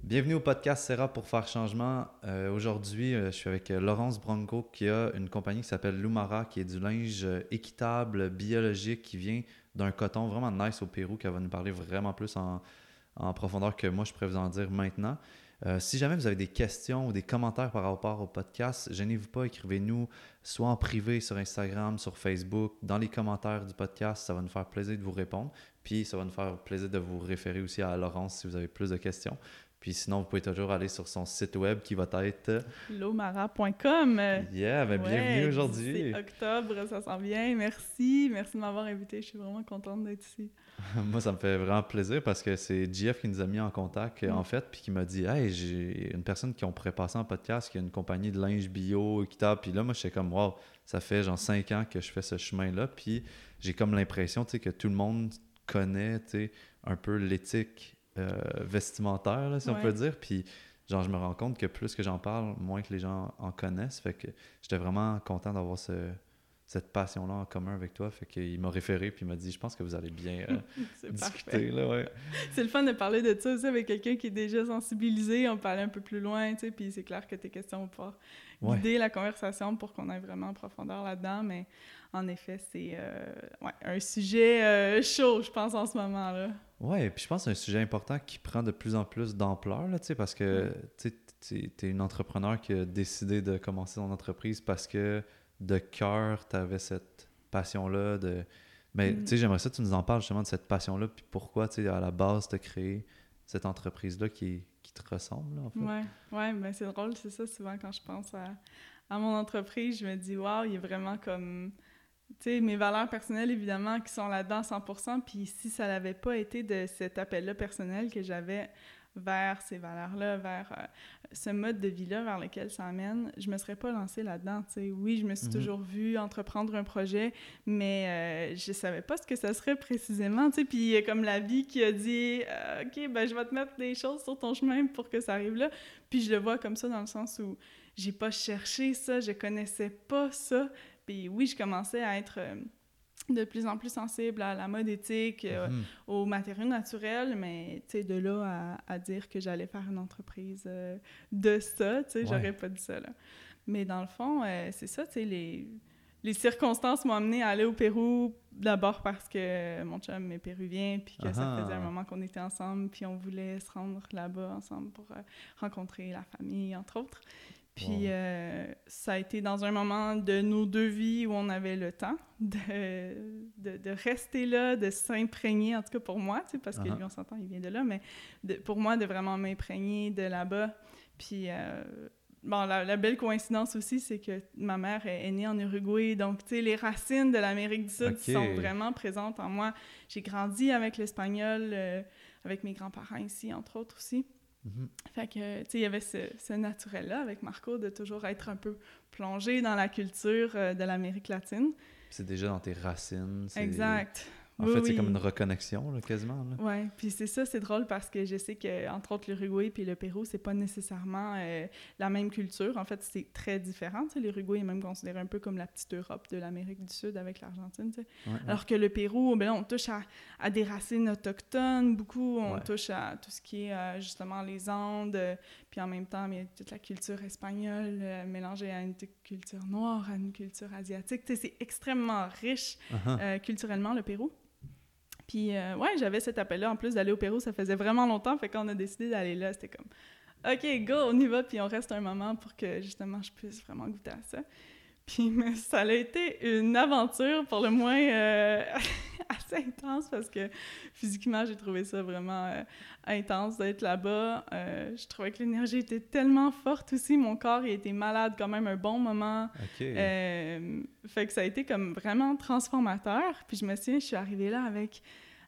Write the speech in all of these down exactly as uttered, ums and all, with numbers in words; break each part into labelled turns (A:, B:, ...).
A: Bienvenue au podcast Serra pour faire changement. Euh, aujourd'hui, euh, je suis avec euh, Laurence Bronco qui a une compagnie qui s'appelle Lumara, qui est du linge euh, équitable, biologique, qui vient d'un coton vraiment nice au Pérou, qui va nous parler vraiment plus en, en profondeur que moi je pourrais vous en dire maintenant. Euh, si jamais vous avez des questions ou des commentaires par rapport au podcast, gênez-vous pas, écrivez-nous soit en privé sur Instagram, sur Facebook, dans les commentaires du podcast, ça va nous faire plaisir de vous répondre. Puis ça va nous faire plaisir de vous référer aussi à Laurence si vous avez plus de questions. Puis sinon, vous pouvez toujours aller sur son site web qui va être
B: lomara point com.
A: Yeah, ben
B: Ouais,
A: bienvenue aujourd'hui.
B: C'est octobre, ça sent bien. Merci. Merci de m'avoir invité. Je suis vraiment contente d'être ici.
A: Moi, ça me fait vraiment plaisir parce que c'est J F qui nous a mis en contact, mm. en fait, puis qui m'a dit « Hey, j'ai une personne qui on pourrait passer en podcast, qui a une compagnie de linge bio, équitable. » Puis là, moi, j'étais comme « Wow, ça fait genre cinq ans que je fais ce chemin-là. » Puis j'ai comme l'impression, tu sais, que tout le monde connaît, tu sais, un peu l'éthique Euh, vestimentaire, là, si ouais. on peut dire. Puis, genre, je me rends compte que plus que j'en parle, moins que les gens en connaissent. Fait que j'étais vraiment content d'avoir ce, cette passion-là en commun avec toi. Fait qu'il m'a référé puis il m'a dit « Je pense que vous allez bien euh, discuter. » Là, ouais.
B: C'est le fun de parler de ça aussi avec quelqu'un qui est déjà sensibilisé. On peut aller un peu plus loin, tu sais, puis c'est clair que tes questions vont pouvoir guider ouais. la conversation pour qu'on aille vraiment en profondeur là-dedans. Mais en effet, c'est euh, ouais, un sujet euh, chaud, je pense, en ce moment-là.
A: Oui, puis je pense que c'est un sujet important qui prend de plus en plus d'ampleur, là, parce que tu es une entrepreneur qui a décidé de commencer son entreprise parce que de cœur, tu avais cette passion-là. De... Mais mm. j'aimerais ça que tu nous en parles justement de cette passion-là, puis pourquoi à la base tu as créé cette entreprise-là qui, qui te ressemble, là, en fait.
B: Oui, ouais, ben c'est drôle, c'est ça, souvent quand je pense à, à mon entreprise, je me dis « Wow, il y a vraiment comme... » Tu sais, mes valeurs personnelles, évidemment, qui sont là-dedans à cent pour cent. Puis si ça n'avait pas été de cet appel-là personnel que j'avais vers ces valeurs-là, vers euh, ce mode de vie-là vers lequel ça amène, je me serais pas lancée là-dedans. Tu sais, oui, je me suis mm-hmm. toujours vue entreprendre un projet, mais euh, je savais pas ce que ça serait précisément. Tu sais, puis il y a comme la vie qui a dit euh, « OK, ben je vais te mettre des choses sur ton chemin pour que ça arrive là. » Puis je le vois comme ça dans le sens où j'ai pas cherché ça, je connaissais pas ça. Puis oui, je commençais à être euh, de plus en plus sensible à la mode éthique, euh, mm-hmm. aux matériaux naturels, mais tu sais, de là à, à dire que j'allais faire une entreprise euh, de ça, tu sais, ouais. j'aurais pas dit ça, là. Mais dans le fond, euh, c'est ça, tu sais, les, les circonstances m'ont amené à aller au Pérou, d'abord parce que mon chum est péruvien, puis que uh-huh. ça faisait un moment qu'on était ensemble, puis on voulait se rendre là-bas ensemble pour euh, rencontrer la famille, entre autres. Puis wow. euh, ça a été dans un moment de nos deux vies où on avait le temps de, de, de rester là, de s'imprégner, en tout cas pour moi, tu sais, parce que uh-huh. lui, on s'entend, il vient de là, mais de, pour moi, de vraiment m'imprégner de là-bas. Puis, euh, bon, la, la belle coïncidence aussi, c'est que ma mère est, est née en Uruguay, donc, tu sais, les racines de l'Amérique du Sud okay. sont vraiment présentes en moi. J'ai grandi avec l'espagnol, euh, avec mes grands-parents ici, entre autres aussi. Mm-hmm. Fait que, tu sais, il y avait ce, ce naturel-là avec Marco de toujours être un peu plongé dans la culture euh, de l'Amérique latine.
A: C'est déjà dans tes racines. C'est...
B: Exact.
A: En
B: oui,
A: fait,
B: oui.
A: c'est comme une reconnexion, là, quasiment.
B: Oui, puis c'est ça, c'est drôle parce que je sais qu'entre autres, l'Uruguay puis le Pérou, c'est pas nécessairement euh, la même culture. En fait, c'est très différent. Tu sais, l'Uruguay est même considéré un peu comme la petite Europe de l'Amérique du Sud avec l'Argentine. Tu sais. Ouais, ouais. Alors que le Pérou, ben là, on touche à, à des racines autochtones, beaucoup. On ouais. touche à tout ce qui est euh, justement les Andes. Euh, puis en même temps, il y a toute la culture espagnole euh, mélangée à une culture noire, à une culture asiatique. Tu sais, c'est extrêmement riche uh-huh. euh, culturellement, le Pérou. Puis, euh, ouais, j'avais cet appel-là. En plus d'aller au Pérou, ça faisait vraiment longtemps. Fait qu'on a décidé d'aller là, c'était comme « OK, go, on y va. » Puis on reste un moment pour que, justement, je puisse vraiment goûter à ça. Puis, mais ça a été une aventure, pour le moins, euh, assez intense parce que, physiquement, j'ai trouvé ça vraiment euh, intense d'être là-bas. Euh, je trouvais que l'énergie était tellement forte aussi. Mon corps, il était malade quand même un bon moment.
A: Okay.
B: Euh, fait que ça a été comme vraiment transformateur. Puis je me souviens, je suis arrivée là avec...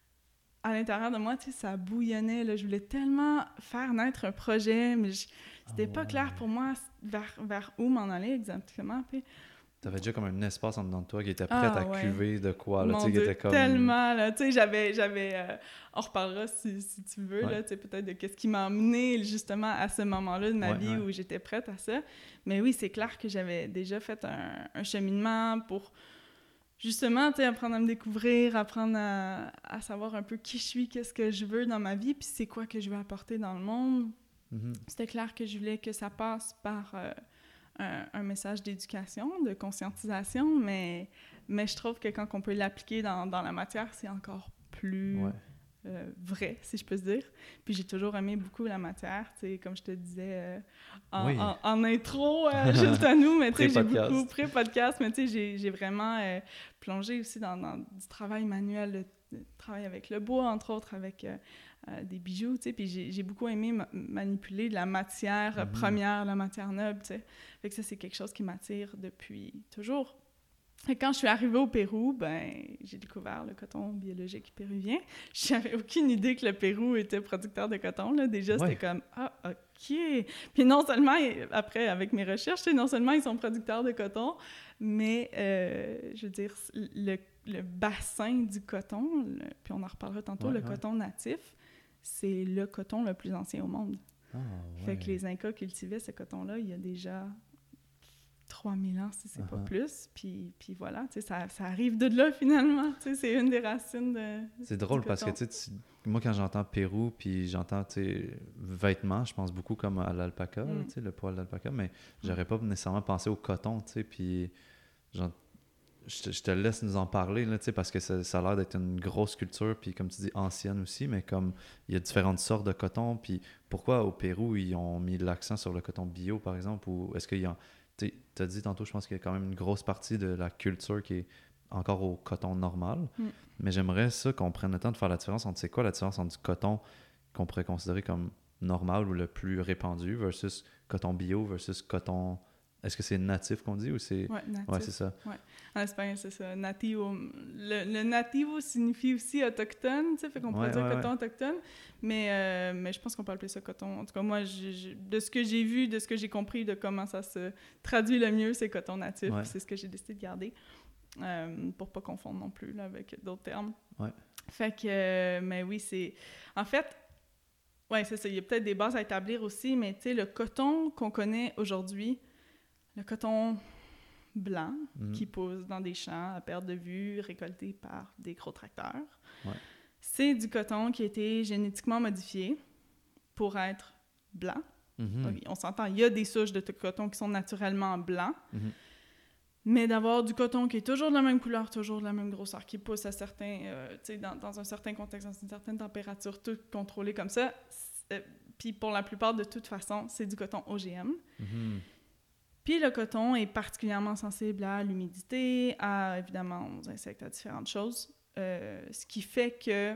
B: À l'intérieur de moi, tu sais, ça bouillonnait. Là. Je voulais tellement faire naître un projet, mais je... c'était oh, pas ouais. clair pour moi vers, vers où m'en aller exactement. Puis...
A: T'avais déjà comme un espace en dedans de toi qui était prête
B: ah,
A: à
B: ouais.
A: cuver de quoi, là,
B: Mon
A: tu sais,
B: Dieu,
A: qui était comme...
B: tellement, là, tu sais, j'avais, j'avais, euh, on reparlera si, si tu veux,
A: ouais.
B: là, tu sais, peut-être de qu'est-ce qui m'a amené justement à ce moment-là de ma
A: ouais,
B: vie
A: ouais.
B: où j'étais prête à ça. Mais oui, c'est clair que j'avais déjà fait un, un cheminement pour justement, tu sais, apprendre à me découvrir, apprendre à, à savoir un peu qui je suis, qu'est-ce que je veux dans ma vie, puis c'est quoi que je veux apporter dans le monde.
A: Mm-hmm.
B: C'était clair que je voulais que ça passe par euh, un, un message d'éducation, de conscientisation, mais, mais je trouve que quand on peut l'appliquer dans, dans la matière, c'est encore plus
A: Ouais.
B: euh, vrai, si je peux dire. Puis j'ai toujours aimé beaucoup la matière, tu sais, comme je te disais euh, en,
A: Oui.
B: en, en intro, euh, juste à nous, mais tu sais, j'ai
A: Pré-podcast.
B: beaucoup, pré-podcast, mais tu sais, j'ai, j'ai vraiment euh, plongé aussi dans, dans du travail manuel, le, le travail avec le bois, entre autres, avec... Euh, Euh, des bijoux, tu sais, puis j'ai, j'ai beaucoup aimé ma- manipuler de la matière
A: Mm-hmm.
B: première, la matière noble, tu sais. Fait que ça, c'est quelque chose qui m'attire depuis toujours. Et quand je suis arrivée au Pérou, ben, j'ai découvert le coton biologique péruvien. J'avais aucune idée que le Pérou était producteur de coton, là. Déjà,
A: Ouais.
B: c'était comme « Ah, OK! » Puis non seulement, après, avec mes recherches, non seulement ils sont producteurs de coton, mais, euh, je veux dire, le, le bassin du coton, le, puis on en reparlera tantôt,
A: Ouais,
B: le
A: ouais.
B: coton natif, c'est le coton le plus ancien au monde.
A: Ah, ouais.
B: Fait que les Incas cultivaient ce coton-là il y a déjà trois mille ans, si c'est
A: Uh-huh.
B: pas plus. Puis, puis voilà, tu sais, ça, ça arrive de là, finalement. Tu sais, c'est une des racines de
A: C'est drôle
B: du
A: parce que,
B: coton.
A: tu sais, tu- moi, quand j'entends Pérou, puis j'entends, tu sais, vêtements, je pense beaucoup comme à l'alpaca,
B: Mm.
A: tu sais, le poil d'alpaca, mais j'aurais pas nécessairement pensé au coton, tu sais, puis j'en- je te, je te laisse nous en parler, là, tu sais, parce que ça, ça a l'air d'être une grosse culture, puis comme tu dis, ancienne aussi, mais comme il y a différentes sortes de coton, puis pourquoi au Pérou, ils ont mis l'accent sur le coton bio, par exemple, ou est-ce qu'il y a... Tu as dit tantôt, je pense qu'il y a quand même une grosse partie de la culture qui est encore au coton normal,
B: Mm.
A: mais j'aimerais ça qu'on prenne le temps de faire la différence entre c'est quoi la différence entre du coton qu'on pourrait considérer comme normal ou le plus répandu versus coton bio versus coton... Est-ce que c'est natif qu'on dit ou c'est...
B: Ouais, natif.
A: Ouais, c'est ça.
B: En espagnol, c'est ça. Nativo. Le, le nativo signifie aussi autochtone, tu sais, fait qu'on pourrait
A: Ouais,
B: dire
A: ouais,
B: coton
A: ouais.
B: autochtone. Mais, euh, mais je pense qu'on peut appeler ça coton. En tout cas, moi, j'ai- j'ai- de ce que j'ai vu, de ce que j'ai compris de comment ça se traduit le mieux, c'est coton natif.
A: Ouais.
B: Puis c'est ce que j'ai décidé de garder. Euh, pour pas confondre non plus là, avec d'autres termes.
A: Ouais.
B: Fait que, euh, mais oui, c'est... En fait, ouais, c'est ça. Il y a peut-être des bases à établir aussi, mais tu sais, le coton qu'on connaît aujourd'hui, le coton blanc
A: Mm.
B: qui pousse dans des champs à perte de vue, récolté par des gros tracteurs,
A: Ouais.
B: c'est du coton qui a été génétiquement modifié pour être blanc.
A: Mhm.
B: Ok, on s'entend, il y a des souches de coton qui sont naturellement blancs,
A: Mhm.
B: mais d'avoir du coton qui est toujours de la même couleur, toujours de la même grosseur, qui pousse à certains, euh, tu sais, dans, dans un certain contexte, dans une certaine température, tout contrôlé comme ça. c'est- Puis pour la plupart, de toute façon, c'est du coton O G M.
A: Mhm.
B: Puis le coton est particulièrement sensible à l'humidité, à, évidemment, aux insectes, à différentes choses. Euh, ce qui fait que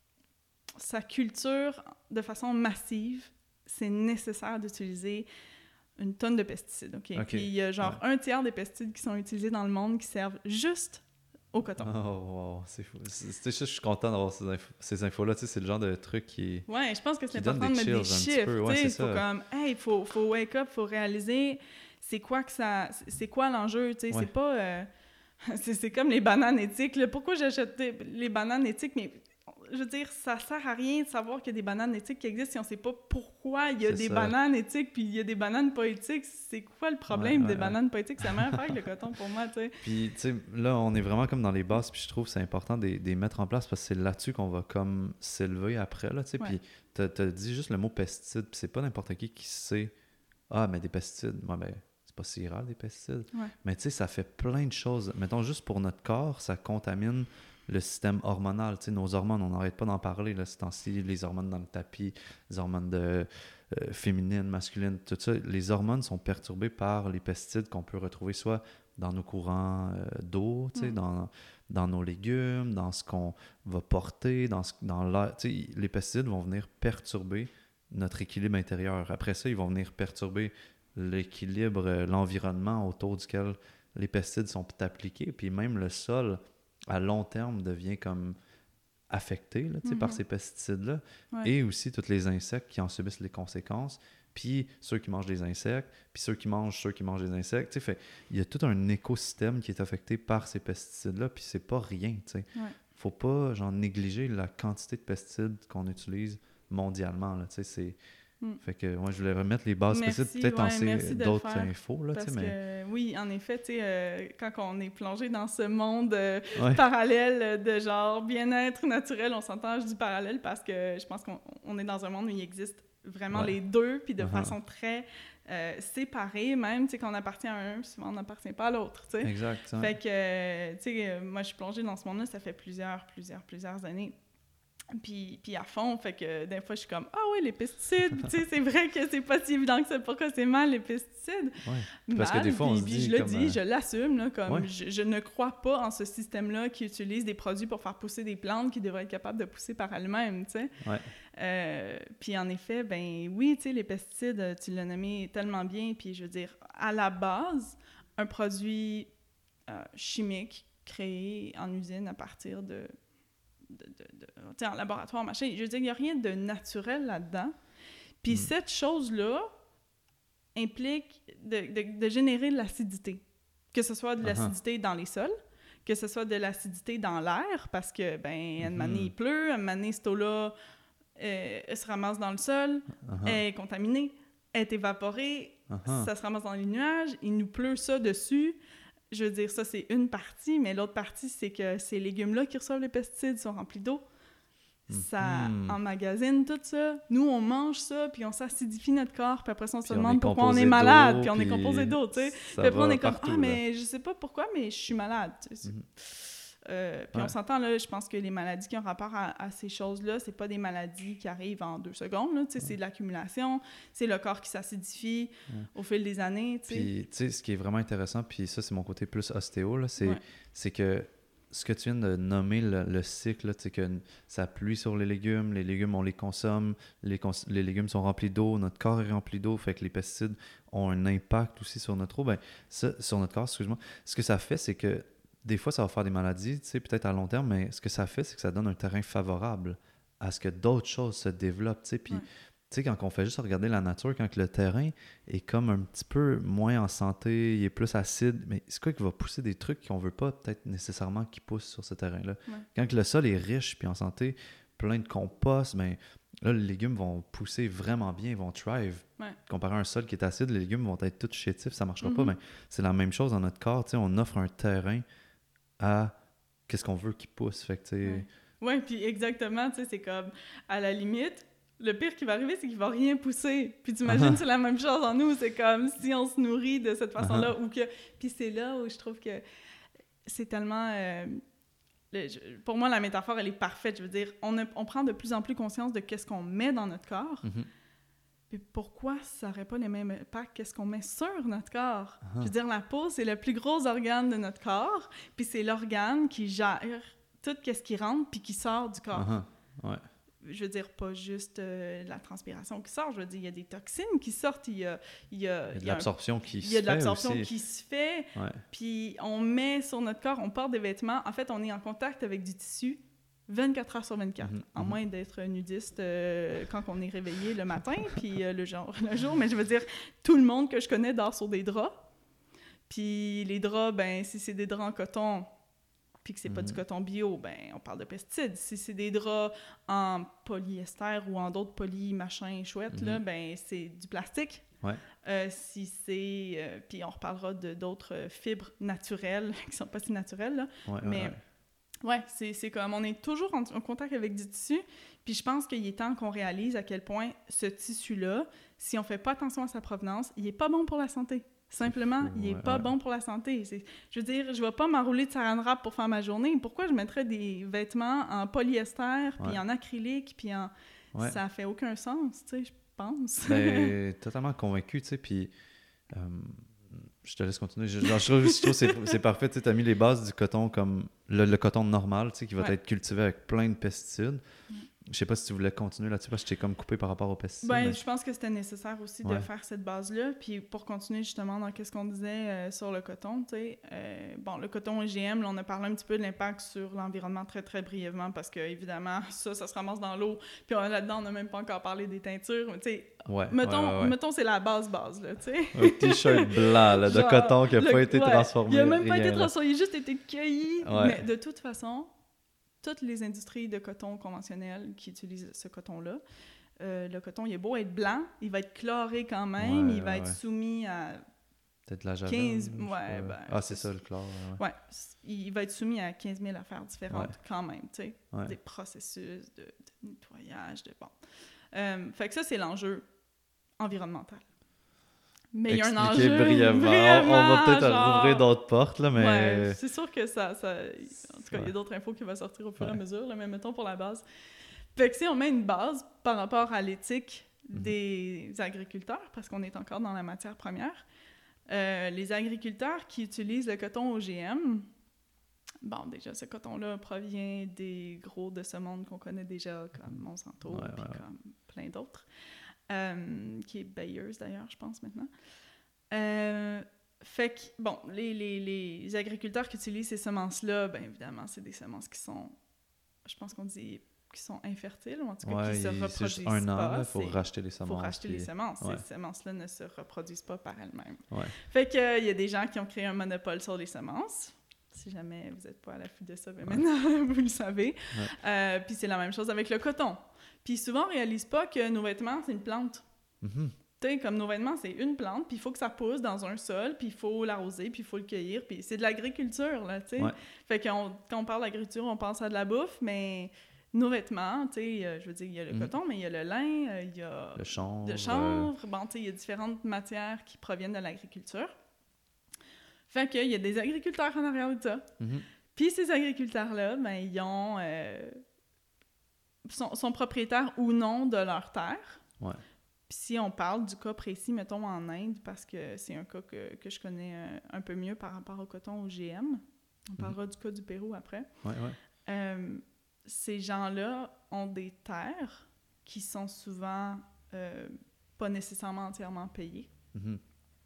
B: sa culture, de façon massive, c'est nécessaire d'utiliser une tonne de pesticides. OK?
A: OK.
B: Puis il y a genre
A: Ouais.
B: un tiers des pesticides qui sont utilisés dans le monde qui servent juste au coton.
A: Oh, wow, c'est fou. C'est- c'est- je suis content d'avoir ces, infos, ces infos-là. Tu sais, c'est le genre de truc qui...
B: Ouais, je pense que c'est
A: Qui donne
B: important de
A: des
B: mettre des
A: chills un petit
B: chiffres.
A: peu. Ouais,
B: tu sais,
A: c'est
B: faut
A: ça.
B: comme, hey, faut, faut wake up, faut réaliser c'est quoi que ça, c'est quoi l'enjeu, tu sais,
A: Ouais.
B: c'est pas, euh, c'est, c'est comme les bananes éthiques. Là. Pourquoi j'achète des- les bananes éthiques, mais je veux dire, ça sert à rien de savoir qu'il y a des bananes éthiques qui existent si on sait pas pourquoi il y a
A: C'est
B: des
A: ça.
B: bananes éthiques puis il y a des bananes pas éthiques. C'est quoi le problème
A: Ouais,
B: des
A: ouais,
B: bananes pas éthiques? C'est la même affaire que le coton pour moi, tu sais.
A: Puis, tu sais, là, on est vraiment comme dans les bases, puis je trouve que c'est important de de les mettre en place parce que c'est là-dessus qu'on va comme s'élever après, là, tu sais.
B: Ouais.
A: Puis, t'as t'as dit juste le mot pesticide, puis c'est pas n'importe qui qui sait « Ah, mais des pesticides, ouais, ben, c'est pas si grave, des pesticides.
B: Ouais. »
A: Mais tu sais, ça fait plein de choses. Mettons, juste pour notre corps, ça contamine le système hormonal. Tu sais, nos hormones, on n'arrête pas d'en parler, là, ce temps-ci, les hormones dans le tapis, les hormones de, euh, féminines, masculines, tout ça. Les hormones sont perturbées par les pesticides qu'on peut retrouver soit dans nos courants euh, d'eau, tu sais,
B: Mm.
A: dans, dans nos légumes, dans ce qu'on va porter, dans, ce, dans l'air. Tu sais, les pesticides vont venir perturber notre équilibre intérieur. Après ça, ils vont venir perturber l'équilibre, euh, l'environnement autour duquel les pesticides sont appliqués. Puis même le sol, à long terme, devient comme affecté là, tu sais,
B: Mhm.
A: par ces pesticides-là.
B: Ouais.
A: Et aussi tous les insectes qui en subissent les conséquences. Puis ceux qui mangent des insectes, puis ceux qui mangent ceux qui mangent des insectes. Tu sais, fait, il y a tout un écosystème qui est affecté par ces pesticides-là, puis c'est pas rien, tu sais.
B: Ouais.
A: Faut pas, genre, négliger la quantité de pesticides qu'on utilise mondialement, là, tu sais, c'est...
B: Mm.
A: Fait que, moi, je voulais remettre les bases
B: Merci,
A: pesticides, peut-être
B: ouais,
A: en
B: merci
A: ces
B: de le
A: d'autres
B: faire,
A: infos, là, tu
B: Parce
A: sais, mais...
B: que, oui, en effet, tu sais, euh, quand on est plongé dans ce monde euh,
A: Ouais.
B: parallèle de genre bien-être naturel, on s'entend, je dis parallèle parce que je pense qu'on on est dans un monde où il existe vraiment
A: ouais.
B: les deux, puis de
A: uh-huh.
B: façon très euh, séparée même, tu sais, quand on appartient à un, souvent on n'appartient pas à l'autre, tu sais.
A: Exact. Hein.
B: Fait que, euh, tu sais, moi, je suis plongée dans ce monde-là, ça fait plusieurs, plusieurs, plusieurs années. Puis, puis à fond, fait que des fois, je suis comme « Ah oui, les pesticides! » Tu sais, c'est vrai que c'est pas si évident que ça. Pourquoi c'est mal, les pesticides?
A: Ouais. Parce
B: mal,
A: que des fois, on
B: puis,
A: se
B: puis
A: dit
B: je le
A: comme,
B: dis,
A: euh...
B: je l'assume, là, comme
A: ouais.
B: je, je ne crois pas en ce système-là qui utilise des produits pour faire pousser des plantes qui devraient être capables de pousser par elles-mêmes, tu sais.
A: Ouais.
B: Euh, puis en effet, ben oui, tu sais, les pesticides, tu l'as nommé tellement bien, puis je veux dire, à la base, un produit euh, chimique créé en usine à partir de... De, de, de, en laboratoire, machin. Je veux dire, il n'y a rien de naturel là-dedans. Puis mm. cette chose-là implique de, de, de générer de l'acidité. Que ce soit de l'acidité uh-huh. dans les sols, que ce soit de l'acidité dans l'air, parce que, ben, mm-hmm. une année, il pleut, une année, cette eau-là, euh, elle se ramasse dans le sol, uh-huh. elle est contaminée, elle est évaporée, uh-huh. ça se ramasse dans les nuages, il nous pleut ça dessus. Je veux dire, ça, c'est une partie, mais l'autre partie, c'est que ces légumes-là qui reçoivent les pesticides sont remplis d'eau. Ça mm. emmagasine tout ça. Nous, on mange ça, puis on s'acidifie notre corps, puis après ça, on se demande pourquoi on est malade, puis on est composé d'eau, tu sais. Puis après, on est comme « Ah, mais je sais pas pourquoi, mais je suis malade. » mm-hmm. euh, Puis ouais. on s'entend, là, je pense que les maladies qui ont rapport à, à ces choses-là, c'est pas des maladies qui arrivent en deux secondes, là, tu sais, ouais. c'est de l'accumulation, c'est le corps qui s'acidifie ouais. au fil des années, tu sais.
A: Puis, tu sais, ce qui est vraiment intéressant, puis ça, c'est mon côté plus ostéo, là, c'est,
B: ouais.
A: c'est que ce que tu viens de nommer, le, le cycle, tu sais, que ça pluie sur les légumes, les légumes, on les consomme, les, cons- les légumes sont remplis d'eau, notre corps est rempli d'eau, fait que les pesticides ont un impact aussi sur notre eau, ben, ça, sur notre corps, excuse-moi. Ce que ça fait, c'est que des fois, ça va faire des maladies, tu sais, peut-être à long terme, mais ce que ça fait, c'est que ça donne un terrain favorable à ce que d'autres choses se développent, tu sais, puis... Ouais. Tu sais, quand on fait juste regarder la nature, quand le terrain est comme un petit peu moins en santé, il est plus acide, mais c'est quoi qui va pousser des trucs qu'on veut pas peut-être nécessairement qui poussent sur ce terrain-là? Ouais. Quand le sol est riche puis en santé, plein de compost, ben là, les légumes vont pousser vraiment bien, ils vont thrive.
B: Ouais.
A: Comparé à un sol qui est acide, les légumes vont être tous chétifs, ça marchera mm-hmm. pas. Ben, c'est la même chose dans notre corps, tu sais, on offre un terrain à qu'est-ce qu'on veut qui pousse, fait que tu sais...
B: Ouais. Oui, puis exactement, tu sais, c'est comme, à la limite, le pire qui va arriver, c'est qu'il va rien pousser. Puis t'imagines, uh-huh. c'est la même chose en nous. C'est comme si on se nourrit de cette façon-là uh-huh. ou que... Puis c'est là où je trouve que c'est tellement... Euh, le, je, pour moi, la métaphore, elle est parfaite. Je veux dire, on, a, on prend de plus en plus conscience de qu'est-ce qu'on met dans notre corps. Uh-huh. Puis pourquoi ça n'aurait pas les mêmes impacts qu'est-ce qu'on met sur notre corps? Uh-huh. Je veux dire, la peau, c'est le plus gros organe de notre corps. Puis c'est l'organe qui gère tout ce qui rentre puis qui sort du corps.
A: Uh-huh. Ouais.
B: Je veux dire, pas juste euh, la transpiration qui sort, je veux dire, il y a des toxines qui sortent, il y a... Il y a,
A: il y a de l'absorption
B: un,
A: qui se fait.
B: Il y a de l'absorption
A: aussi.
B: qui se fait,
A: ouais.
B: Puis on met sur notre corps, on porte des vêtements, en fait, on est en contact avec du tissu vingt-quatre heures sur vingt-quatre, mm-hmm. en moins d'être nudiste euh, quand on est réveillé le matin, puis euh, le, genre, le jour, mais je veux dire, tout le monde que je connais dort sur des draps, puis les draps, ben si c'est des draps en coton... puis que c'est pas mm-hmm. du coton bio, ben on parle de pesticides. Si c'est des draps en polyester ou en d'autres poly machin chouettes, mm-hmm. là, ben c'est du plastique.
A: Ouais.
B: Euh, si c'est... Euh, puis on reparlera de d'autres euh, fibres naturelles qui sont pas si naturelles, là.
A: Ouais,
B: mais
A: ouais, ouais.
B: ouais, c'est, c'est comme... On est toujours en, en contact avec du tissu, puis je pense qu'il est temps qu'on réalise à quel point ce tissu-là, si on fait pas attention à sa provenance, il est pas bon pour la santé. Simplement, fou, il n'est ouais, pas ouais. bon pour la santé. C'est, je veux dire, je ne vais pas m'enrouler de saran wrap pour faire ma journée. Pourquoi je mettrais des vêtements en polyester, puis ouais. en acrylique, puis en... Ouais. Ça fait aucun sens, tu sais, je pense.
A: Ben, totalement convaincu, tu sais, puis... Euh, je te laisse continuer. Je, genre, je trouve, je trouve que c'est, c'est parfait, tu sais, tu as mis les bases du coton comme le, le coton normal, tu sais, qui va ouais. être cultivé avec plein de pesticides. Mm. Je sais pas si tu voulais continuer là-dessus parce que je t'ai comme coupé par rapport aux pesticides.
B: Ben,
A: mais...
B: je pense que c'était nécessaire aussi ouais. de faire cette base-là. Puis pour continuer justement dans ce qu'on disait euh, sur le coton, tu sais, euh, bon, le coton O G M, là, on a parlé un petit peu de l'impact sur l'environnement très, très brièvement parce que évidemment, ça, ça se ramasse dans l'eau. Puis on, là-dedans, on n'a même pas encore parlé des teintures. Mais tu sais,
A: ouais,
B: mettons,
A: ouais, ouais, ouais.
B: mettons, c'est la base-base, là, tu sais.
A: Un t-shirt blanc, là, de Genre, coton qui n'a pas été ouais, transformé.
B: Il n'a même pas
A: rien,
B: été
A: là.
B: transformé, il a juste été cueilli.
A: Ouais.
B: Mais de toute façon... Toutes les industries de coton conventionnelles qui utilisent ce coton-là, euh, le coton, il est beau être blanc, il va être chloré quand même,
A: ouais,
B: il va
A: ouais,
B: être
A: ouais.
B: soumis à
A: peut-être la javel,
B: quinze... Ouais, ben,
A: ah, c'est ça, le chlore. Ouais.
B: ouais, il va être soumis à quinze mille affaires différentes
A: ouais.
B: quand même, tu sais,
A: ouais.
B: des processus de, de nettoyage, de bon... Euh, fait que ça, c'est l'enjeu environnemental. Mais il y a un
A: Expliquez
B: enjeu
A: brièvement.
B: brièvement,
A: On va peut-être
B: genre...
A: rouvrir d'autres portes, là, mais...
B: Ouais, c'est sûr que ça... ça... En tout cas, il y
A: Ouais.
B: a d'autres infos qui vont sortir au fur et à
A: Ouais.
B: mesure, là, mais mettons pour la base. Fait que si on met une base par rapport à l'éthique
A: Mhm.
B: des agriculteurs, parce qu'on est encore dans la matière première, euh, les agriculteurs qui utilisent le coton O G M, bon, déjà, ce coton-là provient des gros de ce monde qu'on connaît déjà, comme Monsanto,
A: Ouais,
B: puis
A: ouais, ouais.
B: comme plein d'autres, euh, qui est Bayers d'ailleurs, je pense, maintenant. Euh, fait que, bon, les, les, les agriculteurs qui utilisent ces semences-là, bien évidemment, c'est des semences qui sont, je pense qu'on dit, qui sont infertiles, ou en tout cas
A: Ouais,
B: qui se
A: il- c'est
B: reproduisent
A: juste un
B: pas.
A: an, il faut
B: C'est-
A: racheter les
B: faut
A: semences.
B: racheter
A: puis-
B: les semences.
A: ouais.
B: Ces semences-là ne se reproduisent pas par elles-mêmes.
A: Ouais.
B: Fait qu'il euh, y a des gens qui ont créé un monopole sur les semences. Si jamais vous n'êtes pas à l'affût de ça, ben
A: Ouais.
B: maintenant, vous le savez.
A: Ouais.
B: Euh, puis c'est la même chose avec le coton. Puis souvent, on ne réalise pas que nos vêtements, c'est une plante.
A: Mhm.
B: Tu sais, comme nos vêtements, c'est une plante, puis il faut que ça pousse dans un sol, puis il faut l'arroser, puis il faut le cueillir, puis c'est de l'agriculture, là, tu sais.
A: Ouais.
B: Fait que quand on parle d'agriculture, on pense à de la bouffe, mais nos vêtements, tu sais, euh, je veux dire, il y a le
A: Mhm.
B: coton, mais il y a le lin, euh, il y a
A: Le chanvre.
B: le chanvre, bon, tu sais, il y a différentes matières qui proviennent de l'agriculture. Fait qu'il y a des agriculteurs en arrière de ça.
A: euh, mhm.
B: Puis ces agriculteurs-là, ben, ils ont... Euh, sont, sont propriétaires ou non de leur terre.
A: Ouais.
B: Puis si on parle du cas précis, mettons en Inde, parce que c'est un cas que, que je connais euh, un peu mieux par rapport au coton O G M. On parlera du cas du Pérou après.
A: Ouais, ouais.
B: Euh, ces gens-là ont des terres qui sont souvent euh, pas nécessairement entièrement payées.
A: Mhm.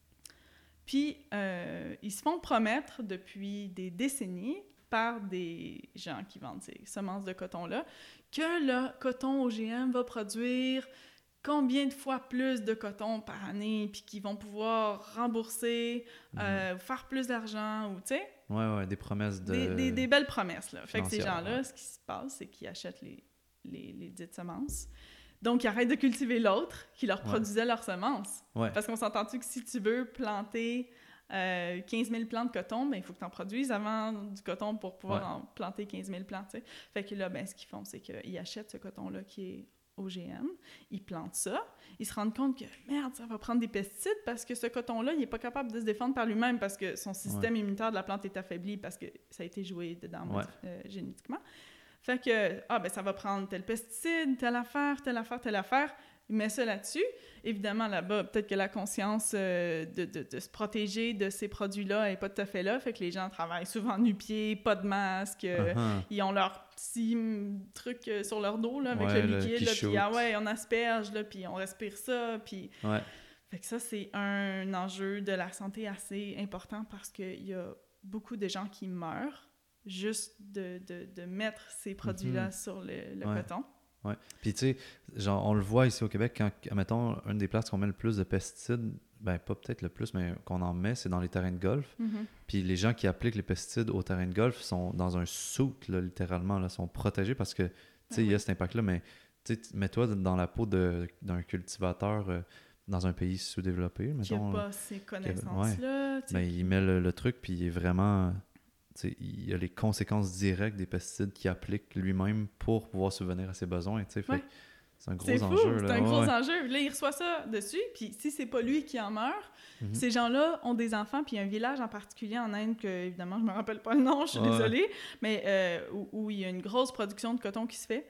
B: Puis, euh, ils se font promettre depuis des décennies par des gens qui vendent ces semences de coton-là que le coton O G M va produire combien de fois plus de coton par année, puis qu'ils vont pouvoir rembourser,
A: Mhm.
B: euh, faire plus d'argent, ou tu sais,
A: Ouais, ouais, des promesses de...
B: des, des, des belles promesses. Là. Fait que ces
A: Financières,
B: gens-là,
A: ouais.
B: ce qui se passe, c'est qu'ils achètent les, les, les dites semences. Donc, ils arrêtent de cultiver l'autre qui leur
A: Ouais.
B: produisait leurs semences.
A: Ouais.
B: Parce qu'on s'entend-tu que si tu veux planter euh, quinze mille plants de coton, ben, il faut que tu en produises avant du coton pour pouvoir
A: Ouais.
B: en planter quinze mille plants. T'sais. Fait que là, ben, ce qu'ils font, c'est qu'ils achètent ce coton-là qui est O G M, ils plantent ça, ils se rendent compte que merde, ça va prendre des pesticides parce que ce coton-là, il n'est pas capable de se défendre par lui-même parce que son système immunitaire de la plante est affaibli parce que ça a été joué dedans
A: Ouais.
B: euh, génétiquement. Fait que, ah ben ça va prendre tel pesticide, telle affaire, telle affaire, telle affaire. Il met ça là-dessus. Évidemment, là-bas, peut-être que la conscience euh, de, de, de se protéger de ces produits-là n'est pas tout à fait là. Fait que les gens travaillent souvent nu-pieds, pas de masque. euh,
A: Uh-huh.
B: Ils ont leur petit mm, truc euh, sur leur dos là, avec
A: Ouais,
B: le
A: le-
B: liquide.
A: qui
B: Là, puis
A: shoot.
B: ah ouais, on asperge, là, puis on respire ça. Puis...
A: Ouais.
B: Fait que ça, c'est un enjeu de la santé assez important parce qu'il y a beaucoup de gens qui meurent juste de, de, de mettre ces produits-là
A: Mhm.
B: sur le, le
A: Ouais.
B: coton.
A: Ouais. Puis, tu sais, genre, on le voit ici au Québec, quand, mettons, une des places qu'on met le plus de pesticides, ben, pas peut-être le plus, mais qu'on en met, c'est dans les terrains de golf.
B: Mhm.
A: Puis, les gens qui appliquent les pesticides aux terrains de golf sont dans un soute, là, littéralement, là, sont protégés parce que, tu sais,
B: Ah
A: il y a
B: oui.
A: cet impact-là, mais, tu sais, mets-toi dans la peau de, d'un cultivateur euh, dans un pays sous-développé,
B: Qui n'a
A: mettons.
B: pas ces connaissances-là. tu sais.
A: Ben, il met le, le truc, puis il est vraiment... tu sais, il y a les conséquences directes des pesticides qu'il applique lui-même pour pouvoir subvenir à ses besoins. tu sais. Fait
B: Ouais.
A: que c'est un gros
B: C'est fou,
A: enjeu.
B: c'est
A: là.
B: un
A: Ouais,
B: gros
A: ouais.
B: enjeu. Là, il reçoit ça dessus, puis si c'est pas lui qui en meurt,
A: Mhm.
B: ces gens-là ont des enfants, puis il y a un village en particulier en Inde que, évidemment, je me rappelle pas le nom, je suis
A: Ouais.
B: désolée, mais euh, où, où il y a une grosse production de coton qui se fait,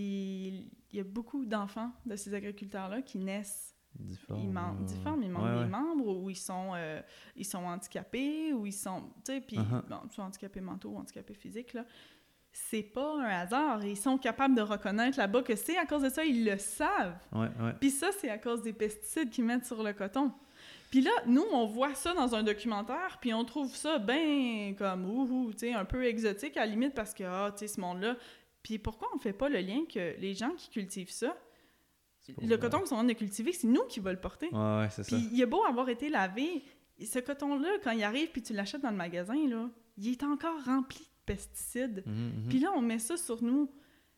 B: puis il y a beaucoup d'enfants de ces agriculteurs-là qui naissent
A: Difforme,
B: ils manquent
A: euh,
B: difformes, ils manquent
A: ouais,
B: des
A: ouais.
B: membres, ou ils sont, euh, ils sont handicapés, ou ils sont, tu sais, puis,
A: Uh-huh.
B: bon, soit handicapés mentaux ou handicapés physiques, là. C'est pas un hasard. Ils sont capables de reconnaître là-bas que c'est à cause de ça, ils le savent.
A: Ouais, ouais.
B: Puis ça, c'est à cause des pesticides qu'ils mettent sur le coton. Puis là, nous, on voit ça dans un documentaire, puis on trouve ça bien comme, ouhou, tu sais, un peu exotique à la limite, parce que, ah, tu sais, ce monde-là... Puis pourquoi on fait pas le lien que les gens qui cultivent ça,
A: pour
B: le
A: vrai.
B: coton qu'ils sont en train de cultiver, c'est nous qui va le porter.
A: Ouais, ouais, c'est ça.
B: Puis il a beau avoir été lavé, ce coton-là, quand il arrive puis tu l'achètes dans le magasin, là, il est encore rempli de pesticides.
A: Mhm, mhm.
B: Puis là, on met ça sur nous.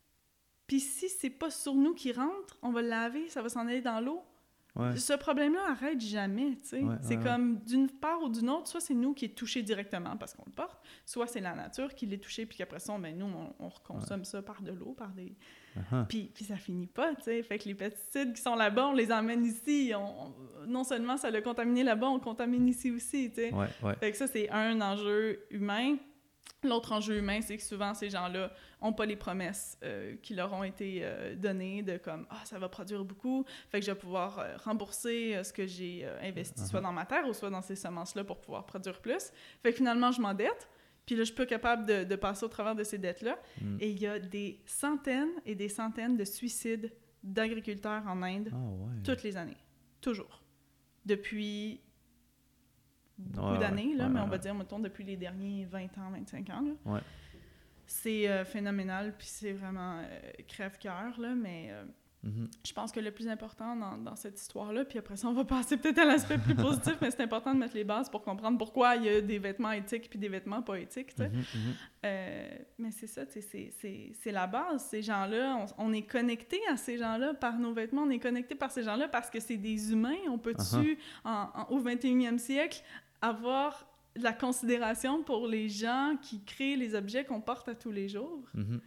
B: Puis si c'est pas sur nous qui rentre, on va le laver, ça va s'en aller dans l'eau.
A: Ouais.
B: Ce problème-là arrête jamais, tu sais.
A: Ouais,
B: c'est
A: ouais,
B: comme d'une part ou d'une autre, soit c'est nous qui est touché directement parce qu'on le porte, soit c'est la nature qui l'est touché, puis qu'après ça, ben, nous, on, on reconsomme ça par de l'eau, par des,
A: Uh-huh.
B: Puis, puis ça finit pas, tu sais. Fait que les pesticides qui sont là-bas, on les emmène ici. On, non seulement ça l'a contaminé là-bas, on contamine ici aussi, tu sais.
A: Ouais, ouais.
B: Fait que ça, c'est un enjeu humain. L'autre enjeu humain, c'est que souvent, ces gens-là n'ont pas les promesses euh, qui leur ont été euh, données de comme « Ah, ça va produire beaucoup, fait que je vais pouvoir euh, rembourser euh, ce que j'ai euh, investi, uh-huh. soit dans ma terre ou soit dans ces semences-là pour pouvoir produire plus. » Fait que finalement, je m'endette. Puis là, je suis pas capable de, de passer au travers de ces dettes-là. Mm. Et il y a des centaines et des centaines de suicides d'agriculteurs en Inde, oh, ouais. toutes les années. Toujours. Depuis beaucoup ouais, d'années, là, ouais, mais ouais, on va ouais. dire, mettons, depuis les derniers vingt ans, vingt-cinq ans. Là.
A: Ouais.
B: C'est euh, phénoménal, puis c'est vraiment euh, crève-cœur, là, mais... Euh, Mm-hmm. Je pense que le plus important dans, dans cette histoire-là, puis après ça, on va passer peut-être à l'aspect plus positif, mais c'est important de mettre les bases pour comprendre pourquoi il y a des vêtements éthiques puis des vêtements pas éthiques, tu sais. Mm-hmm. Euh, mais c'est ça, tu sais, c'est, c'est, c'est la base. Ces gens-là, on, on est connecté à ces gens-là par nos vêtements, on est connecté par ces gens-là parce que c'est des humains. On peut-tu, uh-huh. en, en, au vingt et unième siècle, avoir de la considération pour les gens qui créent les objets qu'on porte à tous les jours?
A: Mm-hmm.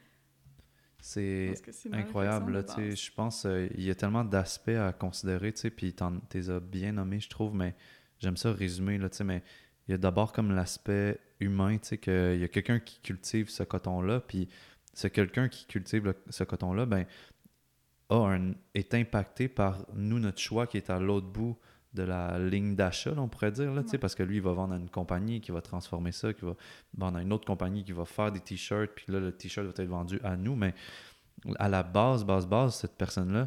A: C'est, c'est incroyable, tu sais, je pense qu'il euh, y a tellement d'aspects à considérer, tu sais, puis tu les as bien nommés, je trouve, mais j'aime ça résumer, là, tu sais, mais il y a d'abord comme l'aspect humain, tu sais, qu'il y a quelqu'un qui cultive ce coton-là, puis ce quelqu'un qui cultive le, ce coton-là, ben, a un, est impacté par nous, notre choix qui est à l'autre bout de la ligne d'achat, là, on pourrait dire, là, ouais. tu sais, parce que lui, il va vendre à une compagnie qui va transformer ça, qui va vendre à une autre compagnie qui va faire des t-shirts, puis là, le t-shirt va être vendu à nous, mais à la base, base, base, cette personne-là,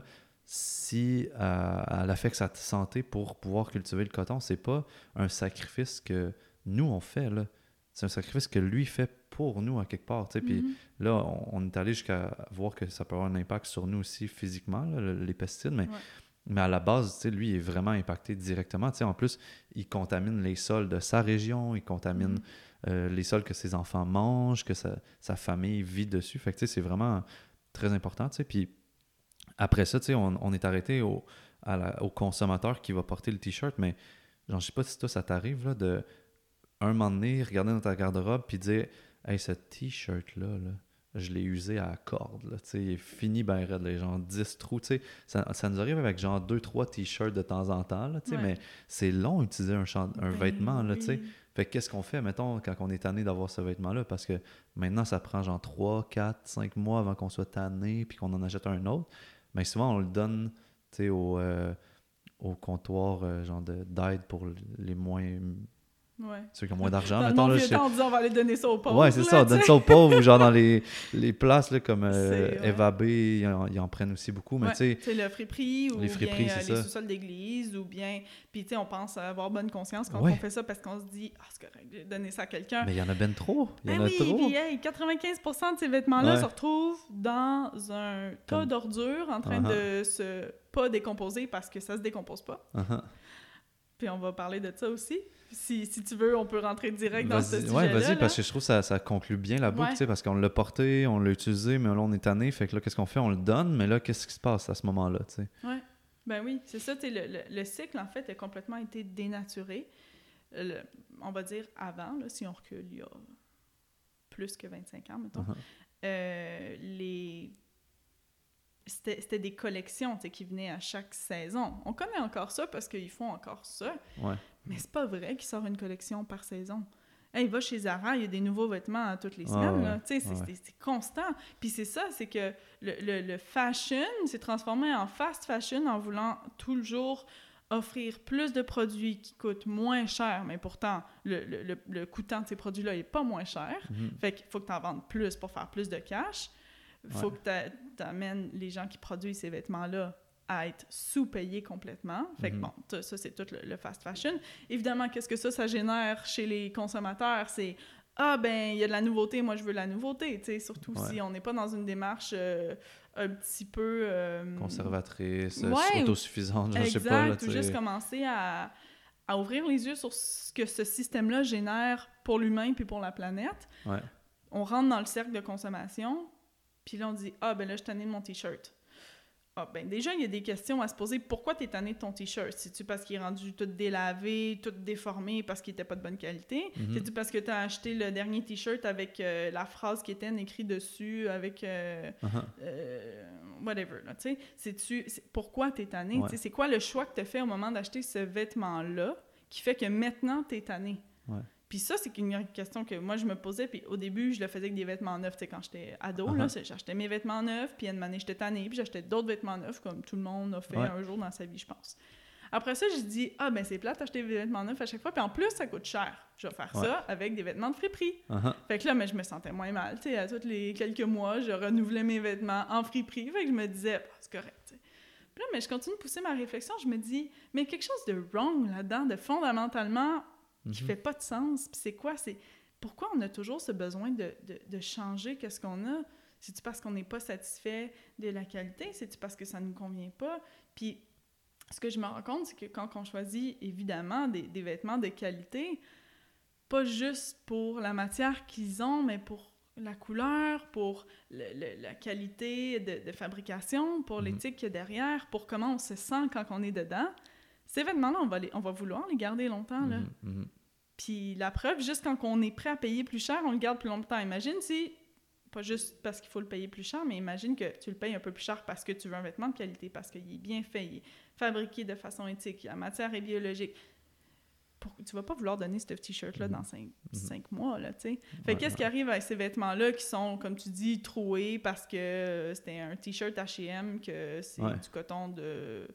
A: si euh, elle affecte sa santé pour pouvoir cultiver le coton, c'est pas un sacrifice que nous, on fait, là. C'est un sacrifice que lui fait pour nous, à quelque part, tu sais, mm-hmm. puis là, on, on est allé jusqu'à voir que ça peut avoir un impact sur nous aussi physiquement, là, les pesticides, mais... Ouais. Mais à la base, tu sais, lui, il est vraiment impacté directement. Tu sais, en plus, il contamine les sols de sa région, il contamine mm. euh, les sols que ses enfants mangent, que sa, sa famille vit dessus. Fait que, tu sais, c'est vraiment très important, tu sais. Puis après ça, tu sais, on, on est arrêté au, à la, au consommateur qui va porter le T-shirt, mais genre, je sais pas si toi, ça t'arrive, là, de un moment donné, regarder dans ta garde-robe puis dire « Hey, ce T-shirt-là, là, je l'ai usé à la corde, là, tu sais, il est fini ben raide, les genre dix trous, tu sais, ça, ça nous arrive avec genre deux trois t-shirts de temps en temps, là, tu sais, ouais. mais c'est long d'utiliser un, champ, un ben, vêtement, là, oui. tu sais, fait que qu'est-ce qu'on fait, mettons, quand on est tanné d'avoir ce vêtement-là, parce que maintenant, ça prend genre trois, quatre, cinq mois avant qu'on soit tanné, puis qu'on en achète un autre, mais souvent, on le donne, tu sais, au, euh, au comptoir, euh, genre de, d'aide pour les moins...
B: Ouais.
A: Ceux qui ont moins d'argent.
B: Dans
A: mettons,
B: le
A: là,
B: vieux
A: je...
B: temps, on disait on va aller donner ça aux pauvres.
A: Ouais, c'est
B: là,
A: ça, on donne ça aux pauvres, ou genre dans les, les places là, comme euh,
B: ouais.
A: Eva B, ils en, ils en prennent aussi beaucoup. Mais
B: ouais.
A: tu
B: sais, le friperie ou
A: les
B: bien
A: friperies,
B: euh,
A: c'est
B: les
A: ça.
B: sous-sols d'église, ou bien. Puis tu sais, on pense avoir bonne conscience quand
A: ouais.
B: on fait ça parce qu'on se dit ah, c'est correct, j'ai donné ça à quelqu'un.
A: Mais il y en a ben trop. Il y en
B: ben
A: a
B: oui,
A: trop.
B: Puis hey, quatre-vingt-quinze pour cent de ces vêtements-là
A: ouais.
B: se retrouvent dans un tas comme... d'ordures en train uh-huh. de se pas décomposer parce que ça se décompose pas.
A: Uh-huh.
B: Puis on va parler de ça aussi. Si, si tu veux, on peut rentrer direct
A: vas-y,
B: dans ce sujet-là.
A: Ouais, vas-y,
B: là.
A: parce que je trouve que ça, ça conclut bien la boucle, ouais. parce qu'on l'a porté, on l'a utilisé, mais là, on est tanné. Fait que là, qu'est-ce qu'on fait? On le donne, mais là, qu'est-ce qui se passe à ce moment-là?
B: Oui, ben oui, c'est ça. Le, le, le cycle, en fait, a complètement été dénaturé. Le, on va dire avant, là, si on recule il y a plus que vingt-cinq ans, mettons. Uh-huh. Euh, les... C'était, c'était des collections qui venaient à chaque saison. On connaît encore ça parce qu'ils font encore ça.
A: Ouais.
B: Mais c'est pas vrai qu'il sort une collection par saison. Hey, va chez Zara, il y a des nouveaux vêtements toutes les semaines. Ah ouais. C'est, c'est, ouais. c'est, c'est constant. Puis c'est ça, c'est que le, le, le fashion s'est transformé en fast fashion en voulant toujours offrir plus de produits qui coûtent moins cher, mais pourtant, le, le, le, le coûtant de ces produits-là n'est pas moins cher. Mm-hmm. Fait qu'il faut que tu en vendes plus pour faire plus de cash. Il faut ouais. que tu amènes les gens qui produisent ces vêtements-là à être sous-payés complètement. Fait que mm-hmm. bon, ça, c'est tout le, le fast fashion. Évidemment, qu'est-ce que ça, ça génère chez les consommateurs? C'est « Ah, ben, il y a de la nouveauté, moi, je veux la nouveauté. » Tu sais, surtout ouais. si on n'est pas dans une démarche euh, un petit peu... Euh,
A: conservatrice,
B: ouais,
A: autosuffisante, je
B: exact,
A: sais pas. Là,
B: ou juste commencer à, à ouvrir les yeux sur ce que ce système-là génère pour l'humain puis pour la planète.
A: Ouais.
B: On rentre dans le cercle de consommation, puis là, on dit « Ah, ben là, je suis tannée de mon T-shirt. » Ah, ben déjà, il y a des questions à se poser. Pourquoi t'es tanné de ton T-shirt? C'est-tu parce qu'il est rendu tout délavé, tout déformé parce qu'il était pas de bonne qualité? Mm-hmm. C'est-tu parce que t'as acheté le dernier T-shirt avec euh, la phrase qui était écrite dessus, avec euh, uh-huh. euh, whatever, là, tu sais? C'est-tu... C'est... Pourquoi t'es tanné? Ouais. C'est quoi le choix que t'as fait au moment d'acheter ce vêtement-là qui fait que maintenant t'es tanné? Ouais. Puis ça, c'est une question que moi, je me posais. Puis au début, je le faisais avec des vêtements neufs. Tu sais, quand j'étais ado, uh-huh. là, j'achetais mes vêtements neufs. Puis une année, j'étais tannée. Puis j'achetais d'autres vêtements neufs, comme tout le monde a fait ouais. un jour dans sa vie, je pense. Après ça, j'ai dit, ah, ben c'est plate d'acheter des vêtements neufs à chaque fois. Puis en plus, ça coûte cher. Je vais faire ouais. ça avec des vêtements de friperie. Uh-huh. Fait que là, mais je me sentais moins mal. Tu sais, à tous les quelques mois, je renouvelais mes vêtements en friperie. Fait que je me disais, bah, c'est correct, tu sais. Puis là, mais je continue de pousser ma réflexion. Je me dis, mais quelque chose de wrong là-dedans, de fondamentalement... qui mm-hmm. fait pas de sens. Puis c'est quoi? C'est pourquoi on a toujours ce besoin de, de, de changer qu'est-ce qu'on a? C'est-tu parce qu'on n'est pas satisfait de la qualité? C'est-tu parce que ça ne nous convient pas? Puis ce que je me rends compte, c'est que quand on choisit, évidemment, des, des vêtements de qualité, pas juste pour la matière qu'ils ont, mais pour la couleur, pour le, le, la qualité de, de fabrication, pour mm-hmm. l'éthique qu'il y a derrière, pour comment on se sent quand on est dedans, ces vêtements-là, on va, les, on va vouloir les garder longtemps, là. Mm-hmm. Puis la preuve, juste quand on est prêt à payer plus cher, on le garde plus longtemps. Imagine si, pas juste parce qu'il faut le payer plus cher, mais imagine que tu le payes un peu plus cher parce que tu veux un vêtement de qualité, parce qu'il est bien fait, il est fabriqué de façon éthique, la matière est biologique. Pour, tu vas pas vouloir donner ce t-shirt-là mm-hmm. dans cinq, mm-hmm. cinq mois, là, tu sais. Fait ouais, qu'est-ce ouais. qui arrive avec ces vêtements-là qui sont, comme tu dis, troués parce que c'était un t-shirt H et M, que c'est ouais. du coton de...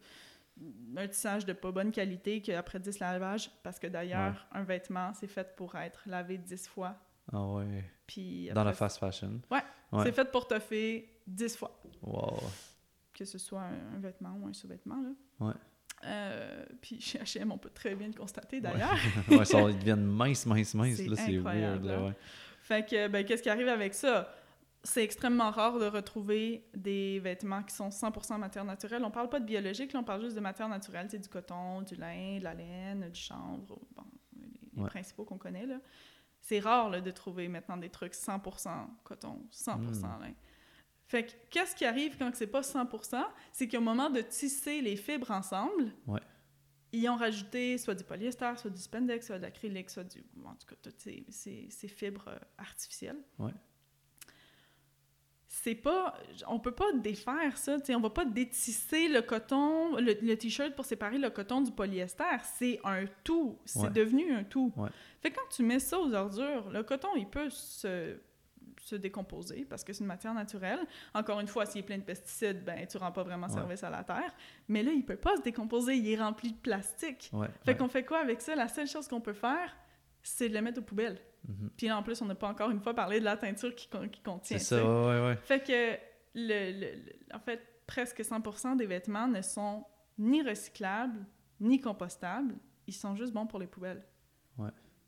B: un tissage de pas bonne qualité qu'après dix lavages, parce que d'ailleurs, ouais. un vêtement, c'est fait pour être lavé dix fois.
A: Ah ouais.
B: Puis
A: dans la fast fashion.
B: Ouais. ouais. C'est fait pour toffer dix fois.
A: Wow.
B: Que ce soit un, un vêtement ou un sous-vêtement, là.
A: Ouais.
B: Euh, puis chez H et M, on peut très bien le constater, d'ailleurs.
A: Ouais, ouais ça, ils deviennent minces, minces, minces.
B: C'est
A: là, c'est weird, là, ouais.
B: Fait que, ben, qu'est-ce qui arrive avec ça? C'est extrêmement rare de retrouver des vêtements qui sont cent pour cent matière naturelle. On parle pas de biologique, là, on parle juste de matière naturelle, c'est du coton, du lin, de la laine, du chanvre, bon, les, les ouais. principaux qu'on connaît, là. C'est rare, là, de trouver maintenant des trucs cent pour cent coton, cent pour cent mmh. lin. Fait que, qu'est-ce qui arrive quand c'est pas cent pour cent? C'est qu'au moment de tisser les fibres ensemble,
A: ouais.
B: ils ont rajouté soit du polyester, soit du spandex, soit de l'acrylique, soit du... En tout cas, toutes ces, ces, ces fibres euh, artificielles.
A: Ouais.
B: C'est pas... On peut pas défaire ça, tu sais, on va pas détisser le coton, le, le t-shirt pour séparer le coton du polyester. C'est un tout. C'est ouais. devenu un tout.
A: Ouais.
B: Fait que quand tu mets ça aux ordures, le coton, il peut se... se décomposer parce que c'est une matière naturelle. Encore une fois, s'il est plein de pesticides, ben tu rends pas vraiment service ouais. à la terre. Mais là, il peut pas se décomposer, il est rempli de plastique.
A: Ouais,
B: fait
A: ouais.
B: qu'on fait quoi avec ça? La seule chose qu'on peut faire, c'est de le mettre aux poubelles. Mm-hmm. Puis là, en plus, on n'a pas encore une fois parlé de la teinture qui, qui contient.
A: C'est ça, ouais, ouais, ouais.
B: Fait que, le, le, le, en fait, presque cent pour cent des vêtements ne sont ni recyclables, ni compostables. Ils sont juste bons pour les poubelles.
A: Ouais.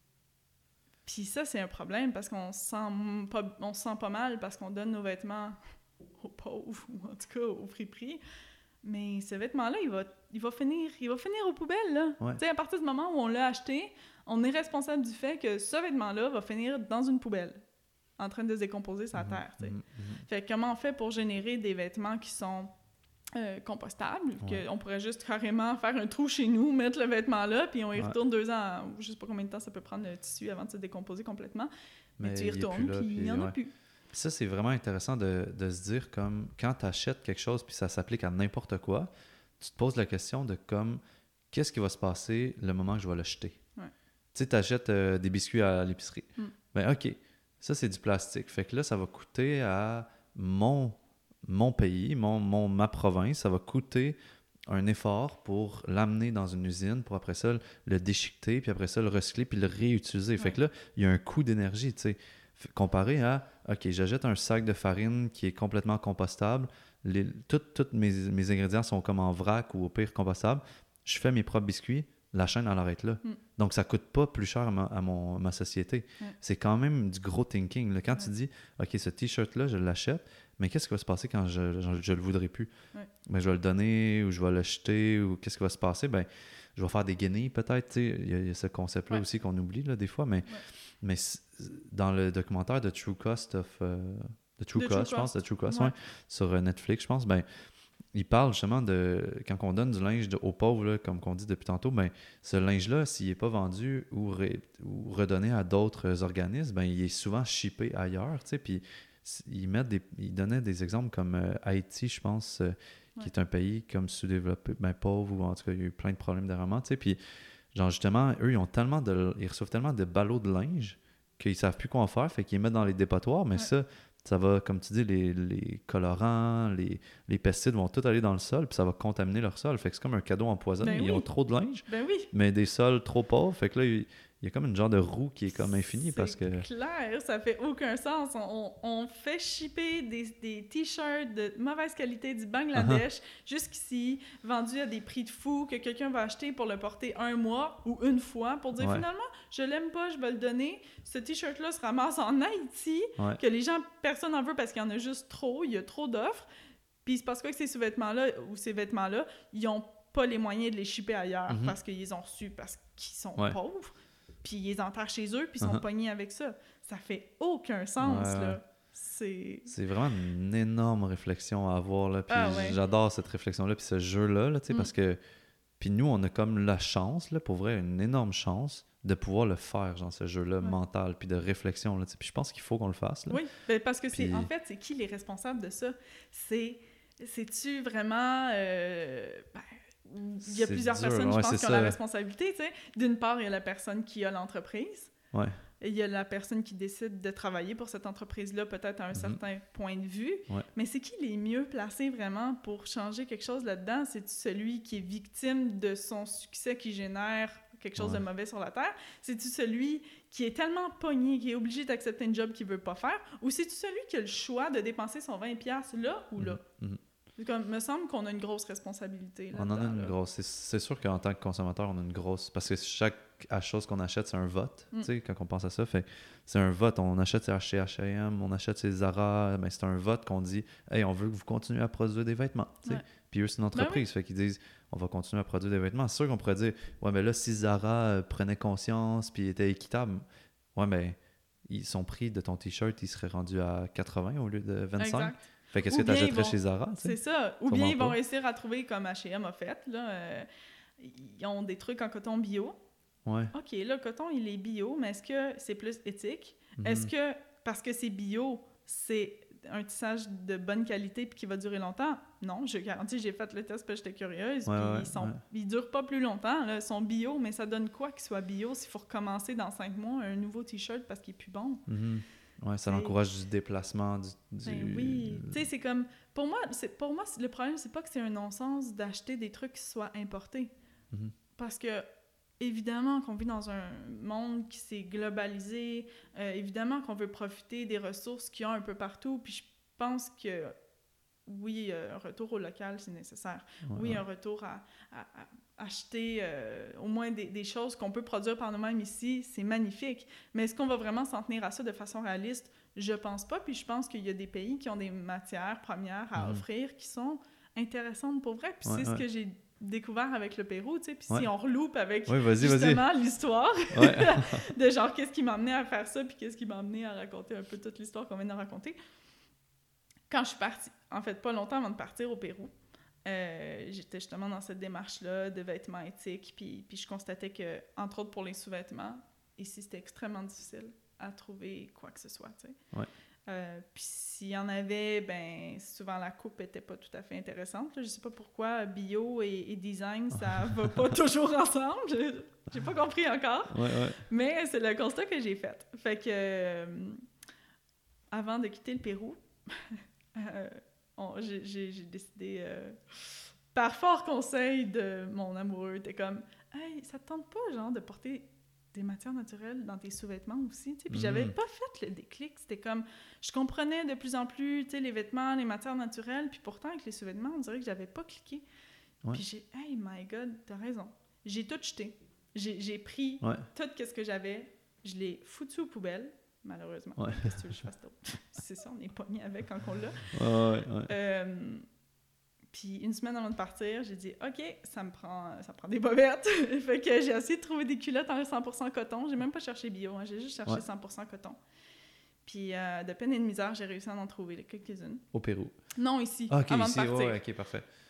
B: Puis ça, c'est un problème parce qu'on se sent pas, on se sent pas mal parce qu'on donne nos vêtements aux pauvres ou en tout cas aux friperies. Mais ce vêtement-là, il va, il va finir, il va finir aux poubelles, là.
A: Ouais.
B: Tu sais, à partir du moment où on l'a acheté, on est responsable du fait que ce vêtement-là va finir dans une poubelle, en train de se décomposer sur la terre, tu sais. Mm-hmm. Fait que comment on fait pour générer des vêtements qui sont euh, compostables, ouais. qu'on pourrait juste carrément faire un trou chez nous, mettre le vêtement là, puis on y retourne ouais. deux ans, je sais pas combien de temps ça peut prendre le tissu avant de se décomposer complètement, mais, mais tu y retournes, puis il n'y en a ouais. plus.
A: Ça, c'est vraiment intéressant de, de se dire comme quand tu achètes quelque chose puis ça s'applique à n'importe quoi, tu te poses la question de comme qu'est-ce qui va se passer le moment que je vais l'acheter.
B: Ouais.
A: Tu sais, tu achètes euh, des biscuits à l'épicerie.
B: Mm.
A: Ben OK, ça c'est du plastique. Fait que là, ça va coûter à mon, mon pays, mon, mon, ma province, ça va coûter un effort pour l'amener dans une usine, pour après ça le déchiqueter, puis après ça le recycler, puis le réutiliser. Ouais. Fait que là, il y a un coût d'énergie, tu sais. Comparé à, OK, j'achète un sac de farine qui est complètement compostable, les, tous mes, mes ingrédients sont comme en vrac ou au pire compostables, je fais mes propres biscuits, la chaîne, elle arrête là. Mm. Donc, ça ne coûte pas plus cher à ma, à mon, ma société. Mm. C'est quand même du gros thinking. Là. Quand mm. tu dis, OK, ce T-shirt-là, je l'achète, mais qu'est-ce qui va se passer quand je ne le voudrais plus? Mm. Ben, je vais le donner ou je vais l'acheter ou qu'est-ce qui va se passer? Ben, je vais faire des guenilles peut-être. Il y, a, il y a ce concept-là ouais. aussi qu'on oublie là, des fois, mais, ouais. mais dans le documentaire de True Cost of... Uh, The True Cost, je pense, The True Cost, ouais. Ouais, sur Netflix, je pense, ben il parle justement de... Quand on donne du linge de, aux pauvres, là, comme on dit depuis tantôt, ben, ce linge-là, s'il n'est pas vendu ou, ré, ou redonné à d'autres organismes, ben, il est souvent shippé ailleurs, tu sais, puis ils, mettent des, ils donnaient des exemples comme euh, Haïti, je pense, euh, qui ouais. est un pays comme sous-développé, ben pauvre, ou en tout cas, il y a eu plein de problèmes dernièrement, tu sais, puis genre justement, eux, ils ont tellement de... Ils reçoivent tellement de ballots de linge qu'ils savent plus quoi en faire, fait qu'ils les mettent dans les dépotoirs, mais ouais. ça... Ça va, comme tu dis, les, les colorants, les, les pesticides vont tout aller dans le sol, puis ça va contaminer leur sol. Fait que c'est comme un cadeau empoisonné.
B: Ben
A: Ils
B: oui.
A: ont trop de linge,
B: ben oui.
A: mais des sols trop pauvres. Fait que là, il, il y a comme une genre de roue qui est comme infinie
B: c'est
A: parce que...
B: C'est clair, ça fait aucun sens. On, on fait shipper des, des t-shirts de mauvaise qualité du Bangladesh uh-huh. jusqu'ici, vendus à des prix de fou que quelqu'un va acheter pour le porter un mois ou une fois pour dire ouais. finalement, je l'aime pas, je vais le donner. Ce t-shirt-là se ramasse en Haïti, ouais. que les gens, personne n'en veut parce qu'il y en a juste trop, il y a trop d'offres. Puis c'est parce que ces sous-vêtements-là ou ces vêtements-là, ils ont pas les moyens de les shipper ailleurs mm-hmm. parce qu'ils les ont reçus parce qu'ils sont ouais. pauvres. Puis ils les enterrent chez eux, puis ils sont uh-huh. pognés avec ça. Ça fait aucun sens, ouais. là. C'est...
A: C'est vraiment une énorme réflexion à avoir, là. Puis
B: ah, ouais.
A: j'adore cette réflexion-là, puis ce jeu-là, là, tu sais, mm. parce que... Puis nous, on a comme la chance, là, pour vrai, une énorme chance de pouvoir le faire, genre, ce jeu-là ouais. mental, puis de réflexion, là, tu sais. Puis je pense qu'il faut qu'on le fasse, là.
B: Oui, ben parce que
A: puis...
B: c'est... En fait, c'est qui les responsables de ça? C'est... C'est-tu vraiment... Euh... Ben... Il y a
A: c'est
B: plusieurs
A: dur,
B: personnes,
A: ouais,
B: je pense, qui
A: ça.
B: ont la responsabilité, tu sais. D'une part, il y a la personne qui a l'entreprise.
A: Ouais.
B: Et il y a la personne qui décide de travailler pour cette entreprise-là, peut-être à un mm-hmm. certain point de vue.
A: Ouais.
B: Mais c'est qui les mieux placés vraiment pour changer quelque chose là-dedans? C'est-tu celui qui est victime de son succès qui génère quelque chose ouais. de mauvais sur la Terre? C'est-tu celui qui est tellement pogné, qui est obligé d'accepter un job qu'il veut pas faire? Ou c'est-tu celui qui a le choix de dépenser son vingt dollars là ou là?
A: Mm-hmm.
B: Comme, me semble qu'on a une grosse responsabilité là-dedans.
A: On en a une
B: là.
A: grosse. C'est, c'est sûr qu'en tant que consommateur, on a une grosse... Parce que chaque chose qu'on achète, c'est un vote. Mm. Tu sais, quand on pense à ça, fait, c'est un vote. On achète chez H et M, on achète chez Zara, ben, c'est un vote qu'on dit « Hey, on veut que vous continuez à produire des vêtements. Ouais. » Puis eux, c'est une entreprise. Ben oui. Fait qu'ils disent « On va continuer à produire des vêtements. » C'est sûr qu'on pourrait dire « Ouais, mais là, si Zara euh, prenait conscience puis était équitable, ouais, mais ben, son prix de ton T-shirt, il serait rendu à quatre-vingts au lieu de vingt-cinq. »
B: Exact.
A: Fait qu'est-ce que tu achèterais chez Zara?
B: C'est ça. Ou bien ils vont réussir à trouver, comme H et M a fait, là, euh, ils ont des trucs en coton bio.
A: Ouais.
B: OK, là, le coton, il est bio, mais est-ce que c'est plus éthique? Mm-hmm. Est-ce que, parce que c'est bio, c'est un tissage de bonne qualité puis qui va durer longtemps? Non, je garantis, j'ai fait le test parce que j'étais curieuse.
A: Ouais,
B: puis
A: ouais,
B: ils sont,
A: ouais.
B: ils durent pas plus longtemps, là, ils sont bio, mais ça donne quoi qu'ils soient bio s'il faut recommencer dans cinq mois un nouveau T-shirt parce qu'il est plus bon?
A: Mm-hmm. Oui, ça encourage du déplacement. Du, du...
B: Ben oui, tu sais, c'est comme... Pour moi, c'est, pour moi, le problème, c'est pas que c'est un non-sens d'acheter des trucs qui soient importés.
A: Mm-hmm. Parce
B: que, évidemment qu'on vit dans un monde qui s'est globalisé, euh, évidemment qu'on veut profiter des ressources qu'il y a un peu partout, puis je pense que, oui, euh, un retour au local, c'est nécessaire. Ouais, oui, ouais. un retour à... à, à acheter euh, au moins des, des choses qu'on peut produire par nous-mêmes ici, c'est magnifique. Mais est-ce qu'on va vraiment s'en tenir à ça de façon réaliste? Je pense pas. Puis je pense qu'il y a des pays qui ont des matières premières à mmh. offrir qui sont intéressantes pour vrai. Puis ouais, c'est ouais. ce que j'ai découvert avec le Pérou, tu sais. Puis ouais. si on reloupe avec
A: ouais, vas-y,
B: justement
A: vas-y.
B: l'histoire ouais. de genre qu'est-ce qui m'a amené à faire ça puis qu'est-ce qui m'a amené à raconter un peu toute l'histoire qu'on vient de raconter. Quand je suis partie, en fait, pas longtemps avant de partir au Pérou, Euh, j'étais justement dans cette démarche-là de vêtements éthiques, puis, puis je constatais que, entre autres pour les sous-vêtements, ici, c'était extrêmement difficile à trouver quoi que ce soit, tu sais.
A: Ouais.
B: Euh, puis s'il y en avait, ben souvent la coupe était pas tout à fait intéressante. Là. Je sais pas pourquoi bio et, et design, ça va pas toujours ensemble. Je, j'ai pas compris encore.
A: Ouais, ouais.
B: Mais c'est le constat que j'ai fait. Fait que, euh, avant de quitter le Pérou... euh, On, j'ai, j'ai, j'ai décidé, euh, par fort conseil de mon amoureux, t'es comme « Hey, ça te tente pas, genre, de porter des matières naturelles dans tes sous-vêtements aussi? » Puis mmh. j'avais pas fait le déclic. C'était comme... Je comprenais de plus en plus, tu sais, les vêtements, les matières naturelles, puis pourtant, avec les sous-vêtements, on dirait que j'avais pas cliqué. Ouais. Puis j'ai « Hey, my God, t'as raison. » J'ai tout jeté. J'ai, j'ai pris ouais. tout ce que j'avais, je l'ai foutu aux poubelles. Malheureusement.
A: Ouais.
B: Qu'est-ce que tu veux que je fasse d'autre? C'est ça, on est pogné avec quand on l'a.
A: Ouais, ouais.
B: Euh, puis une semaine avant de partir, j'ai dit « OK, ça me prend, ça prend des bobettes. » Fait que j'ai essayé de trouver des culottes en cent pour cent coton. J'ai même pas cherché bio, hein. J'ai juste cherché ouais. cent pour cent coton. Puis euh, de peine et de misère, j'ai réussi à en trouver quelques-unes.
A: Au Pérou?
B: Non, ici,
A: ah, okay,
B: avant
A: ici.
B: de partir.
A: Oh, OK, parfait.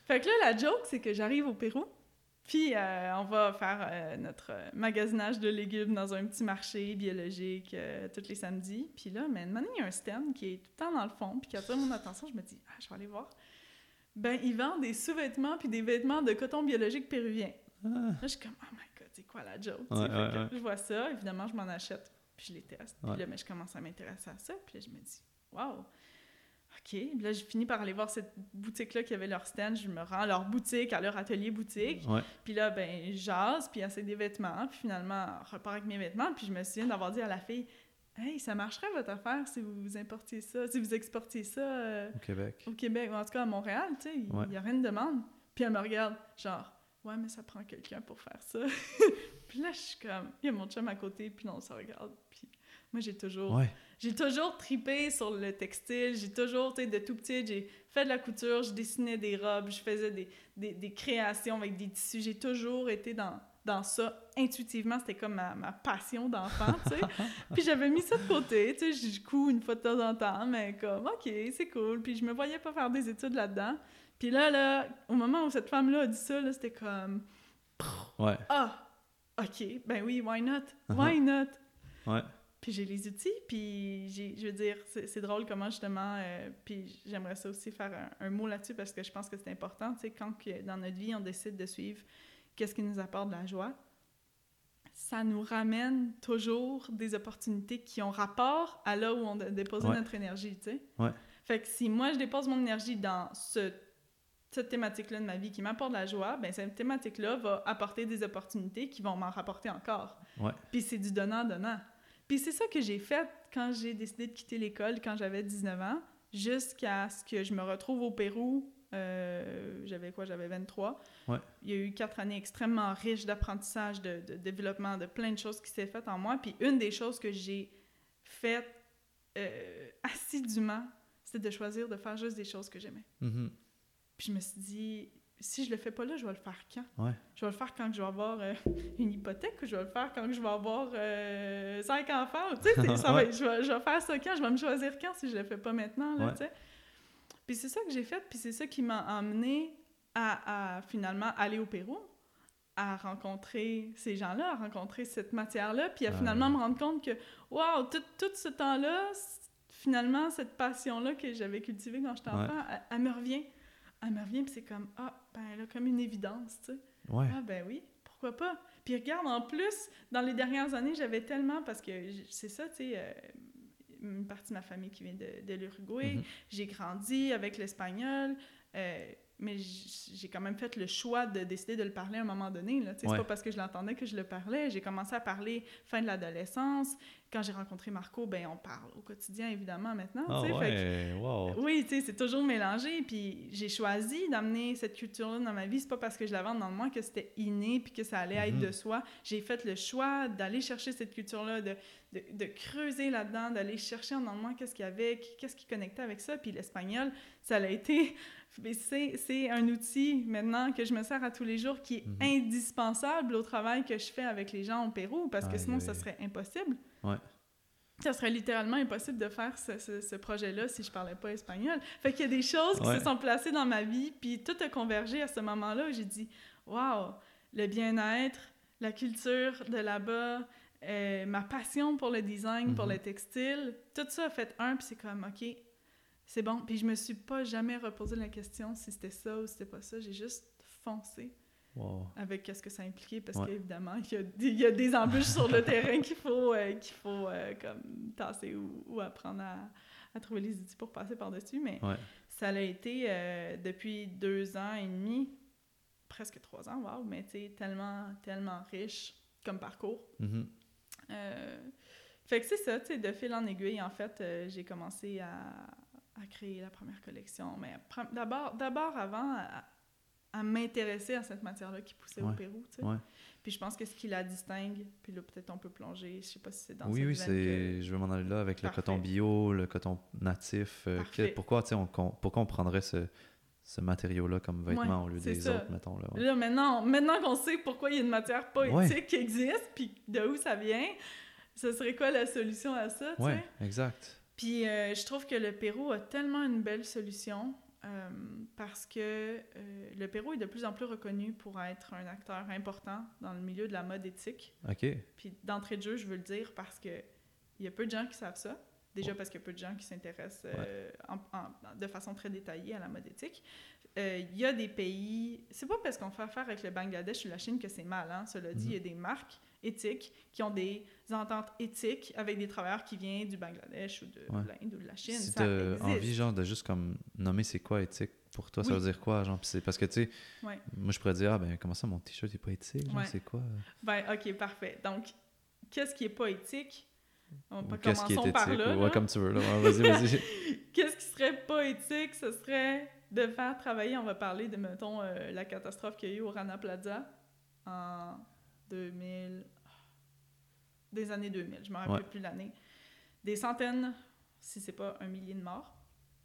B: Fait que là, la joke, c'est que j'arrive au Pérou, puis euh, on va faire euh, notre magasinage de légumes dans un petit marché biologique euh, tous les samedis. Puis là, mais maintenant, il y a un stand qui est tout le temps dans le fond, puis qui attire mon attention. Je me dis, ah, je vais aller voir. Ben, ils vendent des sous-vêtements puis des vêtements de coton biologique péruvien. Ah. Là, je suis comme, oh my God, c'est quoi la joke?
A: Ouais, ouais, ouais.
B: Je vois ça, évidemment, je m'en achète, puis je les teste. Puis
A: ouais.
B: là, ben, je commence à m'intéresser à ça, puis là, je me dis, wow, OK. Puis là, j'ai fini par aller voir cette boutique-là qui avait leur stand. Je me rends à leur boutique, à leur atelier boutique.
A: Ouais.
B: Puis là, ben, j'ase, puis essaie des vêtements. Puis finalement, je repars avec mes vêtements. Puis je me souviens d'avoir dit à la fille, hey, ça marcherait votre affaire si vous importiez ça, si vous exportiez ça euh,
A: au Québec.
B: Au Québec, ou en tout cas à Montréal, tu sais, il
A: ouais.
B: n'y a rien de demande. Puis elle me regarde, genre, ouais, mais ça prend quelqu'un pour faire ça. Puis là, je suis comme, il y a mon chum à côté, puis on se regarde. Puis moi, j'ai toujours,
A: ouais.
B: j'ai toujours tripé sur le textile. J'ai toujours, tu sais, de tout petit, j'ai fait de la couture, je dessinais des robes, je faisais des, des, des créations avec des tissus. J'ai toujours été dans... dans ça, intuitivement, c'était comme ma, ma passion d'enfant, tu sais. Puis j'avais mis ça de côté, tu sais, je couds une fois de temps en temps, mais comme, OK, c'est cool. Puis je me voyais pas faire des études là-dedans. Puis là, là, au moment où cette femme-là a dit ça, là, c'était comme...
A: Ouais.
B: Ah! OK, ben oui, why not? Why not?
A: Ouais.
B: Puis j'ai les outils, puis j'ai, je veux dire, c'est, c'est drôle comment justement, euh, puis j'aimerais ça aussi faire un, un mot là-dessus parce que je pense que c'est important, tu sais, quand que, dans notre vie, on décide de suivre qu'est-ce qui nous apporte de la joie, ça nous ramène toujours des opportunités qui ont rapport à là où on a déposé ouais. notre énergie, tu sais.
A: Ouais.
B: Fait que si moi, je dépose mon énergie dans ce, cette thématique-là de ma vie qui m'apporte de la joie, bien, cette thématique-là va apporter des opportunités qui vont m'en rapporter encore.
A: Ouais.
B: Puis c'est du donnant-donnant. Puis c'est ça que j'ai fait quand j'ai décidé de quitter l'école quand j'avais dix-neuf ans, jusqu'à ce que je me retrouve au Pérou. Euh, j'avais quoi? J'avais vingt-trois.
A: Ouais.
B: Il y a eu quatre années extrêmement riches d'apprentissage, de, de développement, de plein de choses qui s'est faites en moi. Puis une des choses que j'ai faites euh, assidûment, c'était de choisir de faire juste des choses que j'aimais.
A: Mm-hmm.
B: Puis je me suis dit, si je le fais pas là, je vais le faire quand?
A: Ouais.
B: Je vais le faire quand je vais avoir euh, une hypothèque ou je vais le faire quand je vais avoir euh, cinq enfants? Tu sais, ça ouais. va, je, vais, je vais faire ça quand? Je vais me choisir quand si je le fais pas maintenant, là,
A: ouais.
B: tu sais? Puis c'est ça que j'ai fait, puis c'est ça qui m'a amené à, à finalement aller au Pérou, à rencontrer ces gens-là, à rencontrer cette matière-là, puis à ah, finalement ouais. me rendre compte que, wow, tout, tout ce temps-là, finalement, cette passion-là que j'avais cultivée quand j'étais enfant, ouais. elle, elle me revient. Elle me revient, puis c'est comme, ah, ben là, comme une évidence, tu sais.
A: Ouais.
B: Ah, ben oui, pourquoi pas? Puis regarde, en plus, dans les dernières années, j'avais tellement, parce que c'est ça, tu sais, euh, une partie de ma famille qui vient de, de l'Uruguay, mm-hmm. j'ai grandi avec l'espagnol, euh, mais j'ai quand même fait le choix de décider de le parler à un moment donné, là, tu sais, ouais. c'est pas parce que je l'entendais que je le parlais, j'ai commencé à parler fin de l'adolescence. Quand j'ai rencontré Marco, ben on parle au quotidien, évidemment, maintenant.
A: Oh,
B: tu sais,
A: ouais,
B: fait que,
A: wow.
B: Oui, tu sais, c'est toujours mélangé. Puis j'ai choisi d'amener cette culture-là dans ma vie. C'est pas parce que je l'avais dans moi que c'était inné puis que ça allait mm-hmm. être de soi. J'ai fait le choix d'aller chercher cette culture-là, de, de, de creuser là-dedans, d'aller chercher en moi qu'est-ce qu'il y avait, qu'est-ce qui connectait avec ça. Puis l'espagnol, ça a été... C'est, c'est un outil, maintenant, que je me sers à tous les jours qui est mm-hmm. indispensable au travail que je fais avec les gens au Pérou, parce que aïe, sinon, aïe. Ça serait impossible.
A: Ouais.
B: Ça serait littéralement impossible de faire ce, ce, ce projet-là si je parlais pas espagnol. Fait qu'il y a des choses qui ouais. se sont placées dans ma vie, puis tout a convergé à ce moment-là où j'ai dit « Wow! Le bien-être, la culture de là-bas, euh, ma passion pour le design, mm-hmm. pour le textile, tout ça a fait un, puis c'est comme « OK, c'est bon. » Puis je me suis pas jamais reposé la question si c'était ça ou si c'était pas ça. J'ai juste foncé. Wow. Avec qu'est-ce que ça impliquait, parce ouais. qu'évidemment, il y, a des, il y a des embûches sur le terrain qu'il faut, euh, qu'il faut euh, comme tasser ou, ou apprendre à, à trouver les outils pour passer par-dessus. Mais ouais. ça a été euh, depuis deux ans et demi, presque trois ans, wow, mais tu sais, tellement, tellement riche comme parcours.
A: Mm-hmm.
B: Euh, fait que c'est ça, tu sais, de fil en aiguille, en fait, euh, j'ai commencé à, à créer la première collection. Mais pr- d'abord, d'abord avant... À, à m'intéresser à cette matière-là qui poussait ouais, au Pérou, tu sais. Ouais. Puis je pense que ce qui la distingue, puis là, peut-être on peut plonger, je sais pas si c'est dans
A: oui,
B: cette
A: oui,
B: veine
A: c'est...
B: que...
A: je veux m'en aller là avec
B: Parfait.
A: Le coton bio, le coton natif. Euh, que... Pourquoi, tu sais, on, pourquoi on prendrait ce, ce matériau-là comme vêtement ouais, au lieu des ça. Autres, mettons. Là, ouais.
B: là maintenant, maintenant qu'on sait pourquoi il y a une matière pas éthique ouais. qui existe, puis de où ça vient, ce serait quoi la solution à ça, tu
A: ouais,
B: sais?
A: Oui, exact.
B: Puis euh, je trouve que le Pérou a tellement une belle solution. euh, parce que euh, le Pérou est de plus en plus reconnu pour être un acteur important dans le milieu de la mode éthique.
A: OK.
B: Puis d'entrée de jeu, je veux le dire parce que il y a peu de gens qui savent ça. Déjà parce qu'il y a peu de gens qui s'intéressent euh, ouais. en, en, de façon très détaillée à la mode éthique. Euh, il y a des pays... C'est pas parce qu'on fait affaire avec le Bangladesh ou la Chine que c'est mal, hein? Cela dit, mm-hmm. il y a des marques éthiques qui ont des ententes éthiques avec des travailleurs qui viennent du Bangladesh ou de ouais. l'Inde ou de la Chine.
A: Si tu as envie, genre, de juste comme nommer c'est quoi éthique, pour toi, oui. ça veut dire quoi? Genre, c'est parce que, tu sais, ouais. moi, je pourrais dire, ah, ben, comment ça, mon t-shirt n'est pas éthique? Genre, ouais. c'est quoi?
B: Ben, OK, parfait. Donc, qu'est-ce qui n'est pas éthique?
A: On peut qu'est-ce qui est éthique? Par là, ouais, là. Comme tu veux. Là. Ouais, vas-y, vas-y.
B: Qu'est-ce qui serait pas éthique? Ce serait de faire travailler, on va parler de, mettons, euh, la catastrophe qu'il y a eu au Rana Plaza en deux mille... Des années deux mille, je ne me rappelle ouais. plus l'année. Des centaines, si ce n'est pas un millier de morts.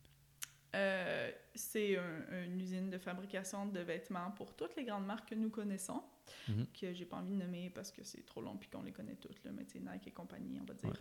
B: Euh, c'est un, une usine de fabrication de vêtements pour toutes les grandes marques que nous connaissons, mm-hmm. que j'ai pas envie de nommer parce que c'est trop long puis qu'on les connaît toutes, là, mais tu sais, Nike et compagnie, on va dire. Ouais.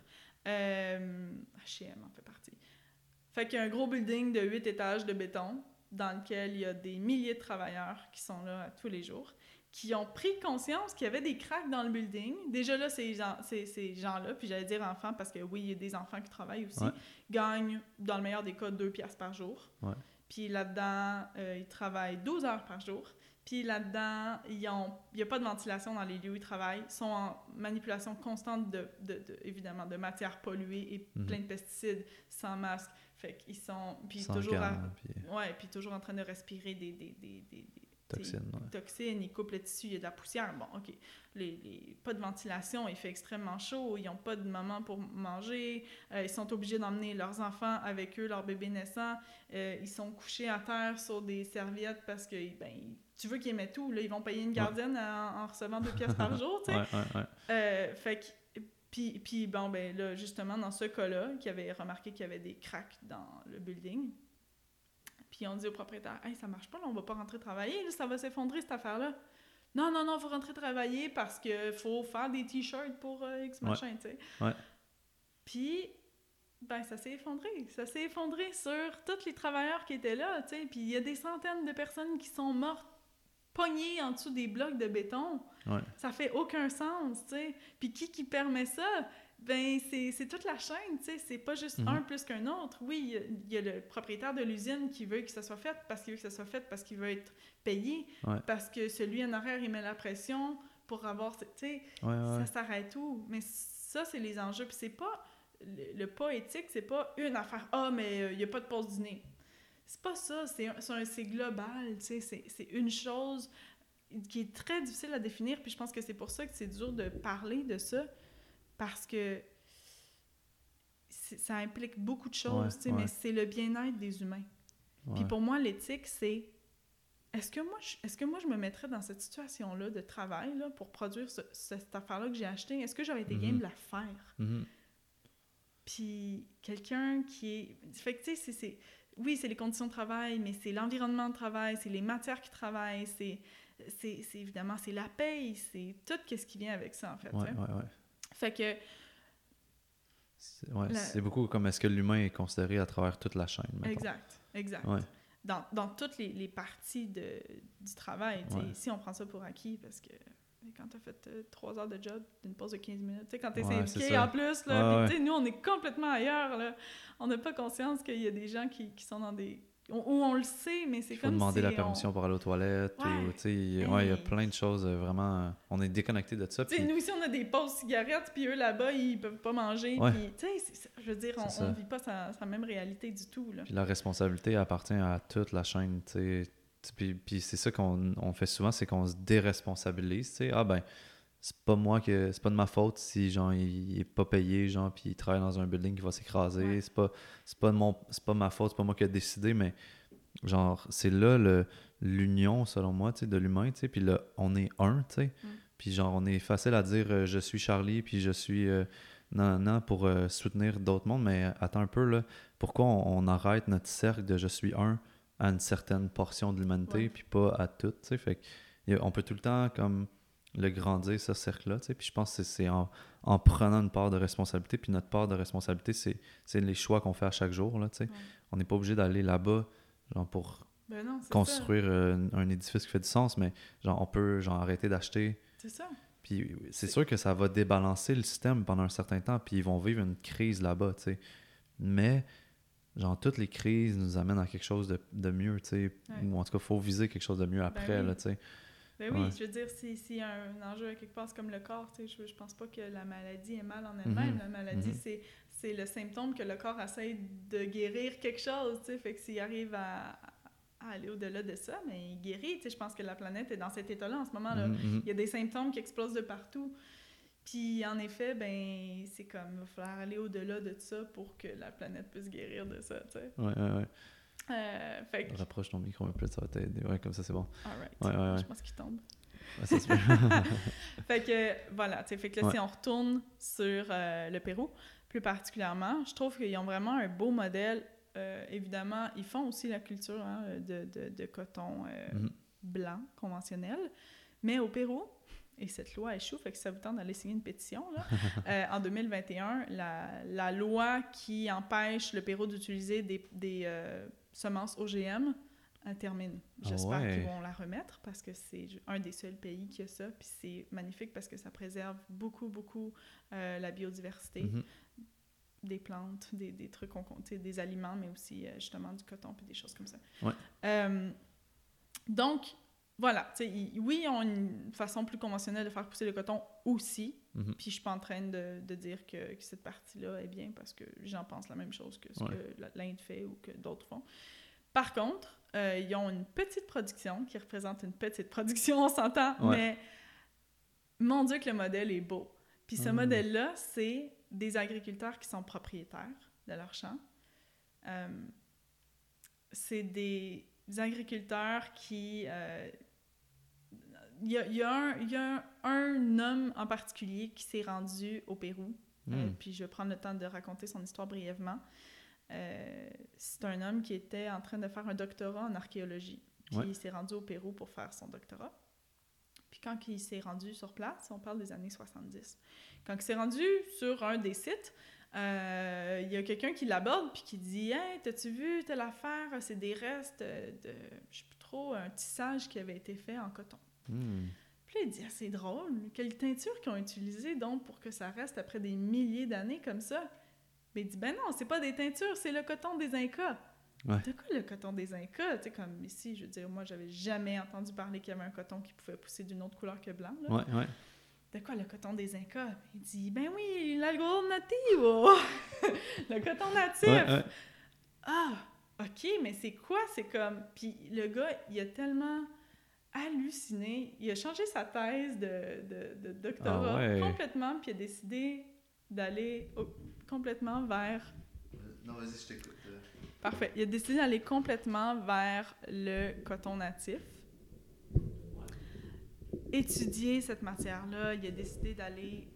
B: Euh, H et M en fait partie. Fait qu'il y a un gros building de huit étages de béton dans lequel il y a des milliers de travailleurs qui sont là tous les jours, qui ont pris conscience qu'il y avait des cracks dans le building. Déjà là, ces, gens, ces, ces gens-là, puis j'allais dire enfants parce que oui, il y a des enfants qui travaillent aussi, ouais. gagnent dans le meilleur des cas deux piastres par jour. Ouais. Puis là-dedans, euh, ils travaillent douze heures par jour. Puis là-dedans, il n'y a pas de ventilation dans les lieux où ils travaillent. Ils sont en manipulation constante, de, de, de, évidemment, de matières polluées et mm-hmm. plein de pesticides, sans masque. Fait qu'ils sont... Puis toujours, gamme, à, puis... Ouais, puis toujours en train de respirer des... des, des, des, des
A: Toxines, ouais.
B: Toxines, ils coupent le tissu, il y a de la poussière. Bon, OK. Les, les, pas de ventilation, il fait extrêmement chaud, ils n'ont pas de moment pour manger, euh, ils sont obligés d'emmener leurs enfants avec eux, leurs bébés naissants. Euh, ils sont couchés à terre sur des serviettes parce que, ben, tu veux qu'ils aiment tout. Là, ils vont payer une gardienne ouais. en, en recevant deux pièces par jour, tu sais.
A: Ouais, ouais, ouais.
B: Euh, fait que, puis, puis, bon, ben là, justement, dans ce cas-là, qui avait remarqué qu'il y avait des cracks dans le building, puis on dit au propriétaire, « Hey, ça marche pas, là, on va pas rentrer travailler, là, ça va s'effondrer, cette affaire-là. » « Non, non, non, il faut rentrer travailler parce qu'il faut faire des t-shirts pour euh, X machin, tu sais.
A: Ouais.
B: Puis, ben, ça s'est effondré. Ça s'est effondré sur tous les travailleurs qui étaient là, tu sais. Puis il y a des centaines de personnes qui sont mortes pognées en dessous des blocs de béton.
A: Ouais.
B: Ça fait aucun sens, tu sais. Puis qui qui permet ça? Ben, c'est, c'est toute la chaîne, tu sais, c'est pas juste mm-hmm. un plus qu'un autre. Oui, il y, y a le propriétaire de l'usine qui veut que ça soit fait parce qu'il veut que ça soit fait parce qu'il veut être payé,
A: ouais.
B: parce que celui en arrière, il met la pression pour avoir, tu sais,
A: ouais, ouais.
B: ça s'arrête où? Mais ça, c'est les enjeux, puis c'est pas, le, le pas éthique, c'est pas une affaire, ah, mais il euh, y a pas de pause dîner. C'est pas ça, c'est, c'est, c'est global, tu sais, c'est, c'est une chose qui est très difficile à définir, puis je pense que c'est pour ça que c'est dur de parler de ça, parce que ça implique beaucoup de choses, ouais, ouais. mais c'est le bien-être des humains. Ouais. Puis pour moi, l'éthique, c'est est-ce que, moi, je, est-ce que moi, je me mettrais dans cette situation-là de travail là, pour produire ce, cette affaire-là que j'ai achetée? Est-ce que j'aurais été mm-hmm. game de la faire?
A: Mm-hmm.
B: Puis quelqu'un qui est... Fait que, tu sais, c'est, c'est... oui, c'est les conditions de travail, mais c'est l'environnement de travail, c'est les matières qui travaillent, c'est, c'est, c'est évidemment, c'est la paye, c'est tout ce qui vient avec ça, en fait.
A: Ouais, ouais, ouais.
B: Fait que...
A: C'est, ouais,
B: la...
A: c'est beaucoup comme est-ce que l'humain est considéré à travers toute la chaîne. Mettons.
B: Exact, exact.
A: Ouais.
B: Dans, dans toutes les, les parties de, du travail. Ouais. Ici, on prend ça pour acquis parce que quand tu as fait euh, trois heures de job, d'une pause de quinze minutes, quand tu es ouais, syndiqué en plus, là, ouais, pis, ouais. nous, on est complètement ailleurs. Là. On n'a pas conscience qu'il y a des gens qui, qui sont dans des... Où on le sait, mais c'est comme si...
A: Il faut demander la permission on... pour aller aux toilettes.
B: Ouais.
A: Ou, hey. ouais, il y a plein de choses, vraiment... On est déconnecté de ça.
B: Puis... Nous, ici, on a des pauses cigarettes, puis eux, là-bas, ils peuvent pas manger.
A: Ouais.
B: Puis, je veux dire, on ne vit pas sa, sa même réalité du tout. Là.
A: Puis la responsabilité appartient à toute la chaîne, tu sais. Puis, puis c'est ça qu'on on fait souvent, c'est qu'on se déresponsabilise, tu sais. Ah ben, c'est pas moi que... C'est pas de ma faute si, genre, il, il est pas payé, genre, puis il travaille dans un building qui va s'écraser. Ouais. C'est pas, c'est pas de mon... C'est pas ma faute, c'est pas moi qui ai décidé, mais... Genre, c'est là le, l'union, selon moi, tu sais, de l'humain, tu sais, puis là, on est un, tu sais. Mm. Puis genre, on est facile à dire euh, « je suis Charlie », puis « je suis euh, non, non » pour euh, soutenir d'autres mondes, mais attends un peu, là, pourquoi on, on arrête notre cercle de « je suis un » à une certaine portion de l'humanité, ouais. puis pas à tout, tu sais, fait qu'on peut tout le temps, comme, le grandir, ce cercle-là, tu sais, puis je pense que c'est, c'est en, en prenant une part de responsabilité, puis notre part de responsabilité, c'est, c'est les choix qu'on fait à chaque jour, là, tu sais. Ouais. On n'est pas obligé d'aller là-bas genre pour
B: Ben non, c'est
A: construire euh, un édifice qui fait du sens, mais genre on peut genre arrêter d'acheter.
B: C'est ça.
A: Puis c'est,
B: C'est-
A: sûr que ça va débalancer le système pendant un certain temps, puis ils vont vivre une crise là-bas, tu sais. Mais genre toutes les crises nous amènent à quelque chose de, de mieux, tu sais.
B: Ouais.
A: Ou en tout cas, il faut viser quelque chose de mieux après,
B: oui.
A: là, tu sais.
B: Ben oui,
A: Ouais.
B: je veux dire, si, si un enjeu à quelque part, c'est comme le corps, tu sais, je, je pense pas que la maladie est mal en elle-même.
A: Mhm.
B: La maladie,
A: Mhm.
B: c'est, c'est le symptôme que le corps essaie de guérir quelque chose, tu sais. Fait que s'il arrive à, à aller au-delà de ça, mais il guérit, tu sais. Je pense que la planète est dans cet état-là en ce moment, là.
A: Mhm, mhm.
B: Il y a des symptômes qui explosent de partout. Puis, en effet, ben, c'est comme, il va falloir aller au-delà de ça pour que la planète puisse guérir de ça, tu sais.
A: Ouais, ouais, ouais.
B: Euh, fait que...
A: Rapproche ton micro un peu, ça va t'aider. Ouais, comme ça, c'est bon.
B: All right.
A: Ouais, ouais, ouais.
B: Je pense qu'il tombe.
A: Ouais, ça se peut.
B: Fait que, voilà, tu sais, fait que là,
A: Ouais.
B: si on retourne sur euh, le Pérou, plus particulièrement, je trouve qu'ils ont vraiment un beau modèle. Euh, évidemment, ils font aussi la culture hein, de, de, de coton euh,
A: Mhm.
B: blanc conventionnel, mais au Pérou, et cette loi échoue, fait que ça vous tente d'aller signer une pétition, là, euh, en deux mille vingt et un, la, la loi qui empêche le Pérou d'utiliser des, des euh, semences O G M elle termine. J'espère
A: Ah ouais.
B: qu'ils vont la remettre parce que c'est un des seuls pays qui a ça. Puis c'est magnifique parce que ça préserve beaucoup, beaucoup euh, la biodiversité,
A: Mhm.
B: des plantes, des, des trucs, qu'on compte, des aliments, mais aussi euh, justement du coton puis des choses comme ça.
A: Ouais.
B: Euh, donc, voilà. Ils, oui, ils ont une façon plus conventionnelle de faire pousser le coton aussi.
A: Mhm.
B: Puis je suis pas en train de, de dire que, que cette partie-là est bien parce que j'en pense la même chose que ce
A: Ouais.
B: que l'Inde fait ou que d'autres font. Par contre, euh, ils ont une petite production qui représente une petite production, on s'entend,
A: Ouais.
B: mais mon Dieu que le modèle est beau. Puis ce
A: Mm.
B: modèle-là, c'est des agriculteurs qui sont propriétaires de leur champ. Euh, c'est des agriculteurs qui... euh, il y a, il y a, un, il y a un, un homme en particulier qui s'est rendu au Pérou.
A: Mm.
B: Euh, puis je vais prendre le temps de raconter son histoire brièvement. Euh, c'est un homme qui était en train de faire un doctorat en archéologie. Puis
A: Ouais.
B: il s'est rendu au Pérou pour faire son doctorat. Puis quand il s'est rendu sur place, on parle des années soixante-dix. Quand il s'est rendu sur un des sites, euh, il y a quelqu'un qui l'aborde puis qui dit « Hey, t'as-tu vu telle affaire? C'est des restes de, je sais plus trop, un tissage qui avait été fait en coton. »
A: Mm.
B: Puis là, il dit ah, « C'est drôle, quelle teinture qu'ils ont utilisée donc pour que ça reste après des milliers d'années comme ça? » Mais il dit « Ben non, c'est pas des teintures, c'est le coton des Incas. »
A: Ouais.
B: De quoi le coton des Incas? Tu sais, comme ici, je veux dire, moi, j'avais jamais entendu parler qu'il y avait un coton qui pouvait pousser d'une autre couleur que blanc. Là.
A: Ouais, ouais.
B: De quoi le coton des Incas? Il dit, ben oui, l'algodón nativo! Le coton natif!
A: Ouais, ouais.
B: Ah, OK, mais c'est quoi? C'est comme... Puis le gars, il a tellement halluciné. Il a changé sa thèse de, de, de doctorat
A: Ah ouais.
B: complètement, puis il a décidé d'aller au- complètement vers...
A: Non, vas-y, je t'écoute.
B: Parfait. Il a décidé d'aller complètement vers le coton natif. Étudier cette matière-là, il a décidé d'aller...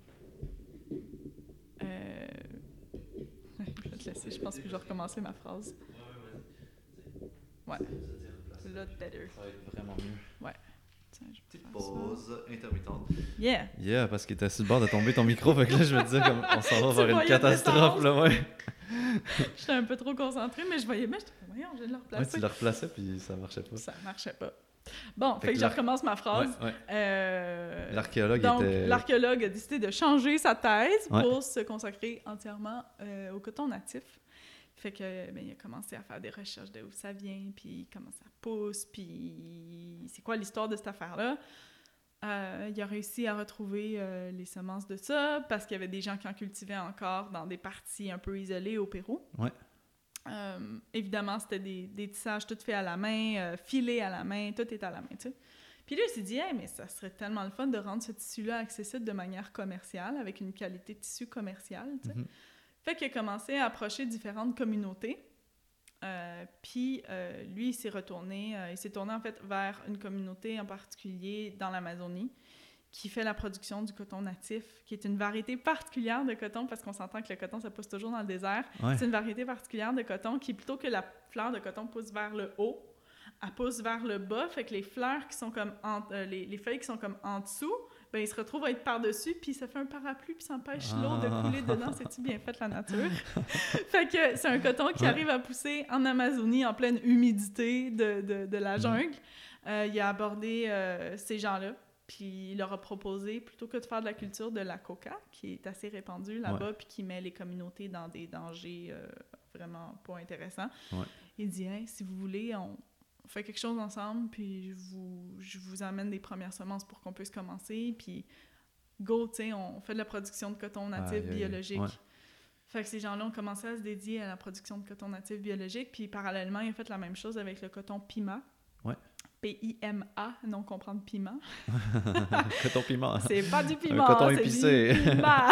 B: Euh... Je vais te laisser, je pense que je vais recommencer ma phrase. Ouais. Lot better.
A: Ça va être vraiment mieux.
B: Tiens, je vais
A: Petite
B: faire ça.
A: pause intermittente.
B: Yeah!
A: Yeah, parce qu'il était sur le bord de tomber ton micro, fait que là, je me disais, comme, on s'en
B: Tu
A: va vers une
B: voyais
A: catastrophe,
B: descendre.
A: là, ouais.
B: J'étais un peu trop concentrée, mais je voyais... Mais j'étais comme, voyons, je viens de le
A: Ouais,
B: replacer.
A: tu le replaçais, puis ça marchait pas.
B: Ça marchait pas. Bon,
A: Fait
B: fait,
A: que
B: que je
A: l'ar-
B: recommence ma phrase.
A: Ouais, ouais.
B: Euh,
A: L'archéologue
B: Donc,
A: était...
B: l'archéologue a décidé de changer sa thèse
A: Ouais.
B: pour se consacrer entièrement euh, au coton natif. Fait que, ben, il a commencé à faire des recherches de où ça vient, puis comment ça pousse, puis c'est quoi l'histoire de cette affaire-là. Euh, il a réussi à retrouver euh, les semences de ça, parce qu'il y avait des gens qui en cultivaient encore dans des parties un peu isolées au Pérou.
A: Ouais.
B: Euh, évidemment, c'était des, des tissages tout faits à la main, euh, filés à la main, tout est à la main, tu sais. Puis là, il s'est dit, hey, mais ça serait tellement le fun de rendre ce tissu-là accessible de manière commerciale, avec une qualité de tissu commerciale, tu sais.
A: Mhm.
B: Fait qu'il a commencé à approcher différentes communautés. Euh, puis euh, lui, il s'est retourné, euh, il s'est tourné en fait vers une communauté en particulier dans l'Amazonie qui fait la production du coton natif, qui est une variété particulière de coton, parce qu'on s'entend que le coton, ça pousse toujours dans le désert.
A: Ouais.
B: C'est une variété particulière de coton qui, plutôt que la fleur de coton pousse vers le haut, elle pousse vers le bas, fait que les fleurs qui sont comme en, euh, les, les feuilles qui sont comme en dessous, ben il se retrouve à être par-dessus, puis ça fait un parapluie, puis ça empêche l'eau de couler dedans. C'est-tu bien fait, la nature? Fait que c'est un coton qui ouais. arrive à pousser en Amazonie, en pleine humidité de, de, de la jungle. Mm. Euh, il a abordé euh, ces gens-là, puis il leur a proposé, plutôt que de faire de la culture de la coca, qui est assez répandue là-bas, ouais. puis qui met les communautés dans des dangers euh, vraiment pas intéressants. Ouais. Il dit, hey, si vous voulez, on... on fait quelque chose ensemble, puis je vous, je vous amène des premières semences pour qu'on puisse commencer, puis go, tu sais, on fait de la production de coton natif ah, biologique. Ouais. Fait que ces gens-là ont commencé à se dédier à la production de coton natif biologique, puis parallèlement, ils ont fait la même chose avec le coton Pima.
A: Ouais.
B: P I M A, non comprendre piment.
A: Coton piment.
B: C'est pas du piment,
A: un coton
B: c'est
A: épicé.
B: Du piment.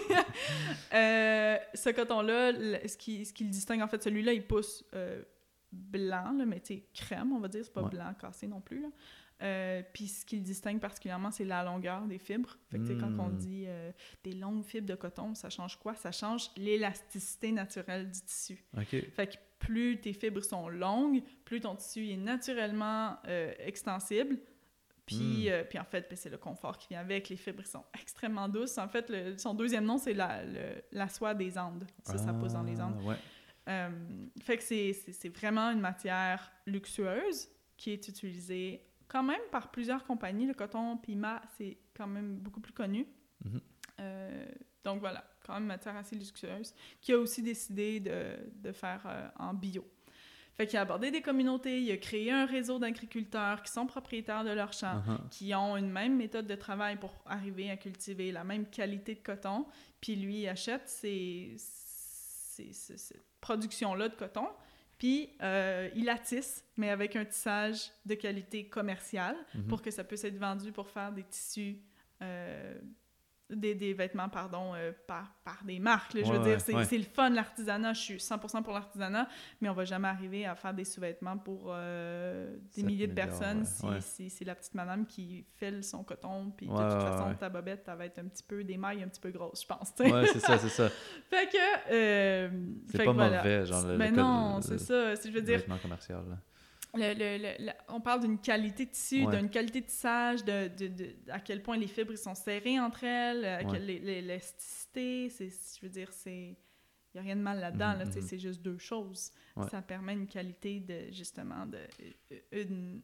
B: euh, ce coton-là, ce qui, ce qui le distingue, en fait, celui-là, il pousse... Euh, blanc, là, mais tu sais, crème, on va dire, c'est pas ouais. blanc cassé non plus. Là. Euh, puis ce qui le distingue particulièrement, c'est la longueur des fibres. Fait que tu sais, mmh. quand on dit euh, des longues fibres de coton, ça change quoi? Ça change l'élasticité naturelle du tissu.
A: Okay.
B: Fait que plus tes fibres sont longues, plus ton tissu est naturellement euh, extensible. Puis, mmh. euh, puis en fait, c'est le confort qui vient avec. Les fibres sont extrêmement douces. En fait, le, son deuxième nom, c'est la, le, la soie des Andes. Ça, ah, ça pousse dans les Andes.
A: Ouais.
B: Euh, fait que c'est, c'est, c'est vraiment une matière luxueuse qui est utilisée quand même par plusieurs compagnies. Le coton Pima, c'est quand même beaucoup plus connu. Mm-hmm. Euh, donc voilà, quand même une matière assez luxueuse, qui a aussi décidé de, de faire euh, en bio. Fait qu'il a abordé des communautés, il a créé un réseau d'agriculteurs qui sont propriétaires de leurs champs, uh-huh. qui ont une même méthode de travail pour arriver à cultiver la même qualité de coton, puis lui, il achète ses... C'est, c'est, cette production-là de coton, puis euh, il la tisse, mais avec un tissage de qualité commerciale mm-hmm. pour que ça puisse être vendu pour faire des tissus, euh, des, des vêtements, pardon, euh, par, par des marques. Là, je ouais, veux dire, c'est, ouais. c'est le fun, l'artisanat. Je suis cent pour cent pour l'artisanat, mais on va jamais arriver à faire des sous-vêtements pour euh, des milliers de personnes si, ouais. si, si c'est la petite madame qui file son coton, puis ouais, de toute ouais, façon, ouais. ta bobette, ça va être un petit peu des mailles un petit peu grosses, je pense. T'sais.
A: Ouais, c'est ça, c'est ça.
B: Fait que... Euh,
A: c'est
B: fait
A: pas
B: que,
A: mauvais,
B: voilà.
A: genre le,
B: ben
A: le
B: non,
A: le,
B: c'est
A: le,
B: ça. Je veux dire...
A: vêtement commercial, là.
B: Le, le, le, le, on parle d'une qualité de tissu,
A: ouais.
B: d'une qualité de tissage, de, de, de, à quel point les fibres sont serrées entre elles, à
A: ouais.
B: quelle l'élasticité, c'est, je veux dire, c'est... Il n'y a rien de mal là-dedans, mm-hmm. là, c'est juste deux choses. Ouais. Ça permet une qualité de, justement, de... Une,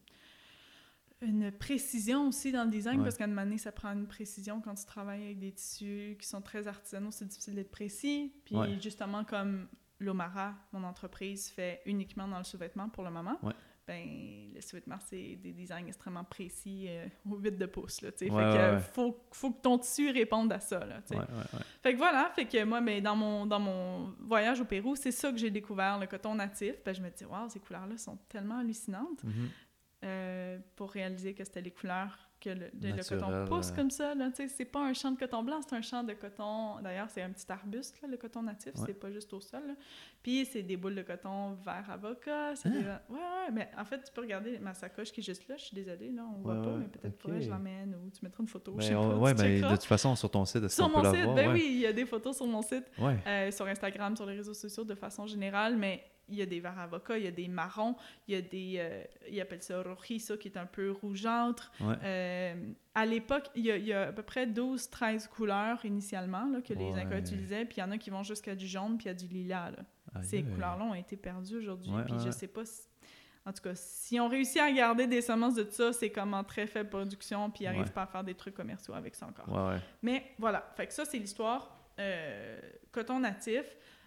B: une précision aussi dans le design, ouais. parce qu'à un moment donné, ça prend une précision quand tu travailles avec des tissus qui sont très artisanaux, c'est difficile d'être précis. Puis ouais. justement, comme Lomara, mon entreprise, fait uniquement dans le sous-vêtement pour le moment, ouais. ben le sous-vêtement, c'est des designs extrêmement précis euh, au huit de pouce, là, tu sais. Ouais, fait que ouais. faut, faut que ton tissu réponde à ça, là, tu sais. Ouais, ouais, ouais. Fait que voilà, fait que moi, ben, dans mon, dans mon voyage au Pérou, c'est ça que j'ai découvert, le coton natif. Ben, je me dis, waouh, ces couleurs-là sont tellement hallucinantes. Mm-hmm. Euh, pour réaliser que c'était les couleurs que le, le, Naturel, le coton pousse euh... comme ça. Là, c'est pas un champ de coton blanc, c'est un champ de coton... D'ailleurs, c'est un petit arbuste, là, le coton natif, ouais. c'est pas juste au sol. Là. Puis c'est des boules de coton vert avocat. C'est hein? des... Ouais, ouais, mais en fait, tu peux regarder ma sacoche qui est juste là. Je suis désolée, là, on voit ouais, pas, mais peut-être okay. que je l'emmène ou tu mettras une photo.
A: Ben,
B: je sais
A: on,
B: pas,
A: ouais, mais de toute façon, sur ton site, est-ce
B: sur
A: qu'on peut la
B: site,
A: voir?
B: Ben
A: ouais.
B: oui, il y a des photos sur mon site,
A: ouais.
B: euh, sur Instagram, sur les réseaux sociaux de façon générale, mais il y a des verts avocats, il y a des marrons, il y a des... Euh, ils appellent ça rojizo, qui est un peu rougeâtre. Ouais. Euh, à l'époque, il y, a, il y a à peu près douze treize couleurs initialement là, que les ouais. Incas utilisaient, puis il y en a qui vont jusqu'à du jaune puis à du lilas. Là. Ah, Ces yeah. couleurs-là ont été perdues aujourd'hui, ouais, puis ouais. je sais pas si... En tout cas, si on réussit à garder des semences de ça, c'est comme en très faible production, puis ils n'arrivent ouais. pas à faire des trucs commerciaux avec ça encore.
A: Ouais, ouais.
B: Mais voilà, fait que ça, c'est l'histoire. Euh, coton natif,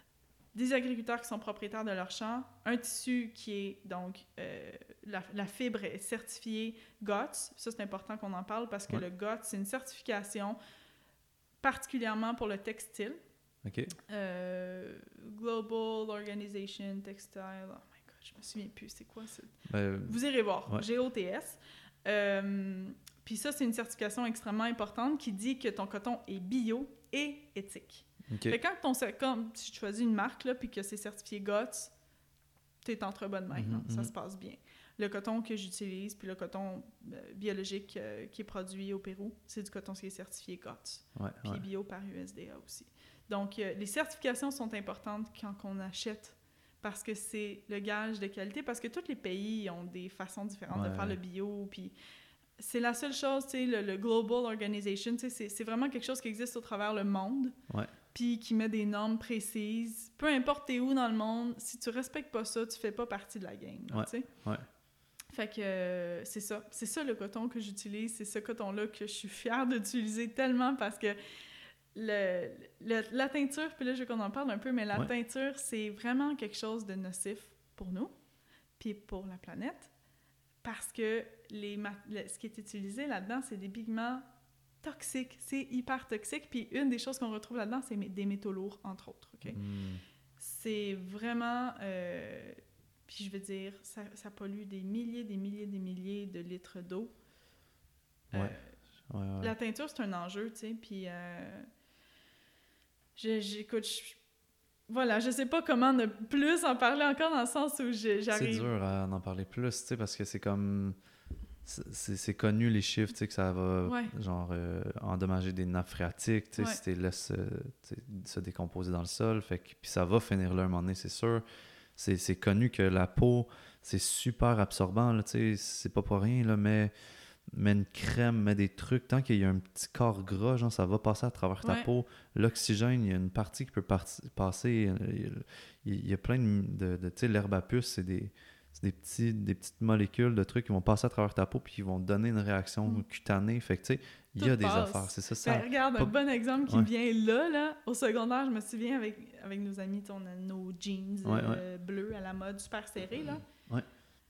B: des agriculteurs qui sont propriétaires de leur champ, un tissu qui est donc, euh, la, la fibre est certifiée G O T S. Ça, c'est important qu'on en parle parce que ouais. le G O T S, c'est une certification particulièrement pour le textile.
A: OK.
B: Euh, Global Organization Textile. Oh my God, je me souviens plus. C'est quoi ça?
A: Ben,
B: Vous irez voir.
A: Ouais.
B: G O T S. Euh, Puis ça, c'est une certification extrêmement importante qui dit que ton coton est bio et éthique. Okay. Fait que quand ton, comme si tu choisis une marque là, puis que c'est certifié G O T S, t'es entre bonnes mains, mm-hmm, ça mm-hmm. se passe bien. Le coton que j'utilise, puis le coton euh, biologique euh, qui est produit au Pérou, c'est du coton qui est certifié G O T S.
A: Ouais,
B: puis
A: ouais.
B: bio par U S D A aussi. Donc, euh, les certifications sont importantes quand on achète, parce que c'est le gage de qualité, parce que tous les pays ont des façons différentes ouais. de faire le bio, puis c'est la seule chose, tu sais, le, le Global Organization, tu sais, c'est, c'est vraiment quelque chose qui existe au travers le monde.
A: Ouais.
B: Puis qui met des normes précises. Peu importe t'es où dans le monde, si tu respectes pas ça, tu fais pas partie de la game, là,
A: Ouais.
B: tu sais.
A: Ouais.
B: Fait que euh, c'est ça. C'est ça le coton que j'utilise. C'est ce coton-là que je suis fière d'utiliser tellement parce que le, le, la teinture, puis là, je veux qu'on en parle un peu, mais la
A: ouais.
B: teinture, c'est vraiment quelque chose de nocif pour nous, puis pour la planète, parce que les mat- le, ce qui est utilisé là-dedans, c'est des pigments toxiques. C'est hyper toxique. Puis une des choses qu'on retrouve là-dedans, c'est des métaux lourds, entre autres. Okay?
A: Mm.
B: C'est vraiment... Euh, puis je veux dire, ça, ça pollue des milliers, des milliers, des milliers de litres d'eau.
A: Ouais.
B: Euh,
A: ouais, ouais.
B: La teinture, c'est un enjeu, tu sais, puis... Euh, je, j'écoute... Je, voilà, je sais pas comment ne plus en parler encore dans le sens où je, j'arrive...
A: C'est dur à en parler plus, tu sais, parce que c'est comme... C'est, c'est connu les chiffres, tu sais, que ça va,
B: ouais.
A: genre, euh, endommager des nappes phréatiques, tu sais,
B: ouais.
A: si tu les laisses euh, se décomposer dans le sol, fait que, puis ça va finir là un moment donné, c'est sûr. C'est, c'est connu que la peau, c'est super absorbant, là, tu sais, c'est pas pour rien, là, mais, mais une crème, mais des trucs, tant qu'il y a un petit corps gras, genre, ça va passer à travers ta
B: ouais.
A: peau. L'oxygène, il y a une partie qui peut parti- passer, il, il y a plein de, de, de tu sais, l'herbe à puce, c'est des... C'est des, petits, des petites molécules de trucs qui vont passer à travers ta peau puis qui vont donner une réaction mm. cutanée. Fait que, tu sais, il y a des
B: passe.
A: affaires. C'est ça, ça.
B: Ben, regarde,
A: pas...
B: un bon exemple qui
A: ouais.
B: me vient là, là. Au secondaire, je me souviens avec, avec nos amis, on a nos jeans
A: ouais,
B: euh,
A: ouais.
B: bleus à la mode, super serrés, là.
A: Ouais.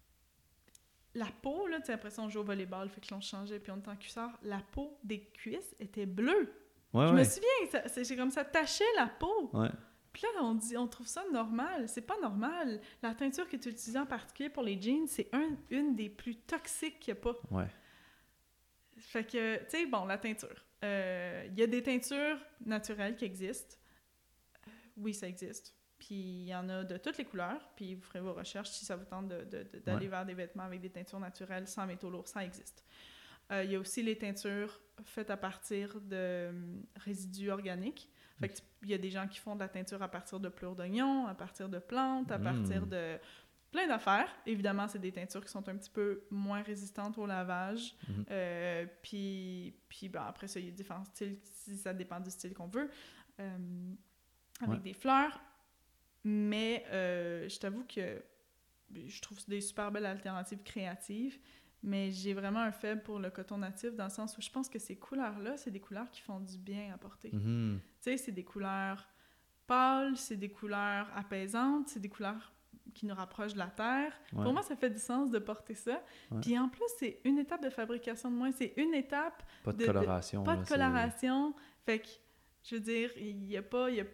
B: La peau, là, tu sais, après ça, on joue au volleyball, fait que l'on changeait, puis on était en cuissard. La peau des cuisses était bleue.
A: Ouais,
B: je
A: ouais.
B: me souviens, ça, c'est, c'est comme ça tachait la peau.
A: Ouais.
B: Puis là, on, dit, on trouve ça normal. C'est pas normal. La teinture que tu utilises en particulier pour les jeans, c'est un, une des plus toxiques qu'il n'y a pas.
A: Ouais.
B: Fait que, tu sais, bon, la teinture. Il euh, y a des teintures naturelles qui existent. Euh, oui, ça existe. Puis il y en a de toutes les couleurs. Puis vous ferez vos recherches si ça vous tente de, de, de, d'aller ouais. vers des vêtements avec des teintures naturelles sans métaux lourds. Ça existe. Il euh, y a aussi les teintures faites à partir de um, résidus organiques. Fait que il y a des gens qui font de la teinture à partir de pleurs d'oignons, à partir de plantes, à mmh. partir de plein d'affaires. Évidemment, c'est des teintures qui sont un petit peu moins résistantes au lavage. Mmh. Euh, puis, puis ben, après ça, il y a différents styles, ça dépend du style qu'on veut, euh, avec ouais. des fleurs. Mais euh, je t'avoue que je trouve des super belles alternatives créatives. Mais j'ai vraiment un faible pour le coton natif dans le sens où je pense que ces couleurs-là, c'est des couleurs qui font du bien à porter.
A: Mm-hmm.
B: Tu sais, c'est des couleurs pâles, c'est des couleurs apaisantes, c'est des couleurs qui nous rapprochent de la terre. Ouais. Pour moi, ça fait du sens de porter ça. Ouais. Puis en plus, c'est une étape de fabrication de moins. C'est une étape...
A: Pas de, de coloration.
B: De, pas
A: là,
B: de coloration. C'est... Fait que, je veux dire, il n'y a pas... Y a...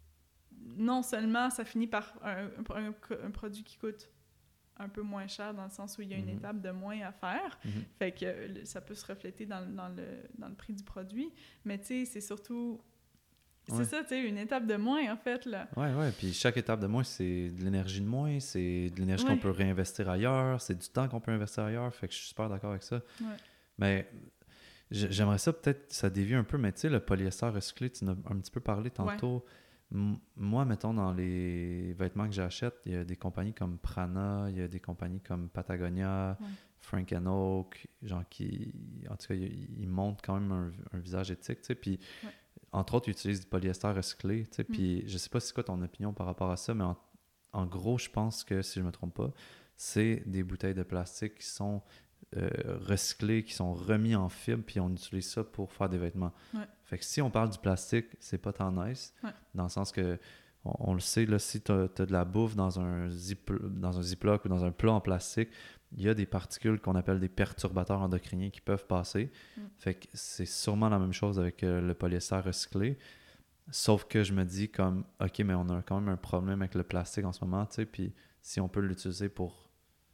B: Non seulement ça finit par un, un, un, un produit qui coûte un peu moins cher dans le sens où il y a une mm-hmm. étape de moins à faire. Mm-hmm. Fait que ça peut se refléter dans, dans, le, dans le prix du produit. Mais tu sais, c'est surtout... C'est ouais. ça, tu sais, une étape de moins, en fait, là.
A: Ouais, ouais. Puis chaque étape de moins, c'est de l'énergie de moins, c'est de l'énergie
B: ouais.
A: qu'on peut réinvestir ailleurs, c'est du temps qu'on peut investir ailleurs. Fait que je suis super d'accord avec ça.
B: Ouais.
A: Mais j'aimerais ça, peut-être, ça dévie un peu, mais tu sais, le polyester recyclé, tu en as un petit peu parlé tantôt. Ouais. M- moi, mettons, dans les vêtements que j'achète, il y a des compagnies comme Prana, il y a des compagnies comme Patagonia, ouais. Frank and Oak, genre qui, en tout cas, ils, ils montrent quand même un, un visage éthique, tu sais, puis ouais. entre autres, ils utilisent du polyester recyclé, tu sais, mm. puis je sais pas c'est quoi ton opinion par rapport à ça, mais en, en gros, je pense que, si je me trompe pas, c'est des bouteilles de plastique qui sont euh, recyclées, qui sont remis en fibre, puis on utilise ça pour faire des vêtements.
B: Ouais.
A: Fait que si on parle du plastique, c'est pas tant nice,
B: ouais.
A: dans le sens que, on, on le sait, là, si tu as de la bouffe dans un, zip, dans un ziploc ou dans un plat en plastique, il y a des particules qu'on appelle des perturbateurs endocriniens qui peuvent passer. Mm. Fait que c'est sûrement la même chose avec euh, le polyester recyclé. Sauf que je me dis comme, OK, mais on a quand même un problème avec le plastique en ce moment, tu sais, puis si on peut l'utiliser pour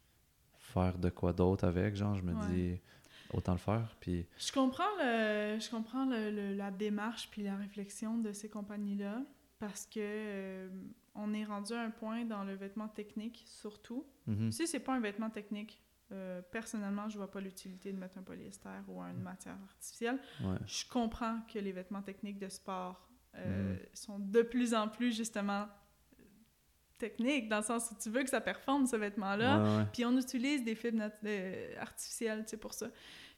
A: faire de quoi d'autre avec, genre, je me ouais. dis... autant le faire, puis...
B: Je comprends, le, je comprends le, le, la démarche puis la réflexion de ces compagnies-là, parce que euh, on est rendu à un point dans le vêtement technique, surtout. Mm-hmm. Si c'est pas un vêtement technique, euh, personnellement, je vois pas l'utilité de mettre un polyester ou une matière artificielle.
A: Ouais.
B: Je comprends que les vêtements techniques de sport euh, mm-hmm. sont de plus en plus, justement, techniques, dans le sens où tu veux que ça performe, ce vêtement-là,
A: ouais, ouais.
B: puis on utilise des fibres nat- euh, artificielles, tu sais, pour ça.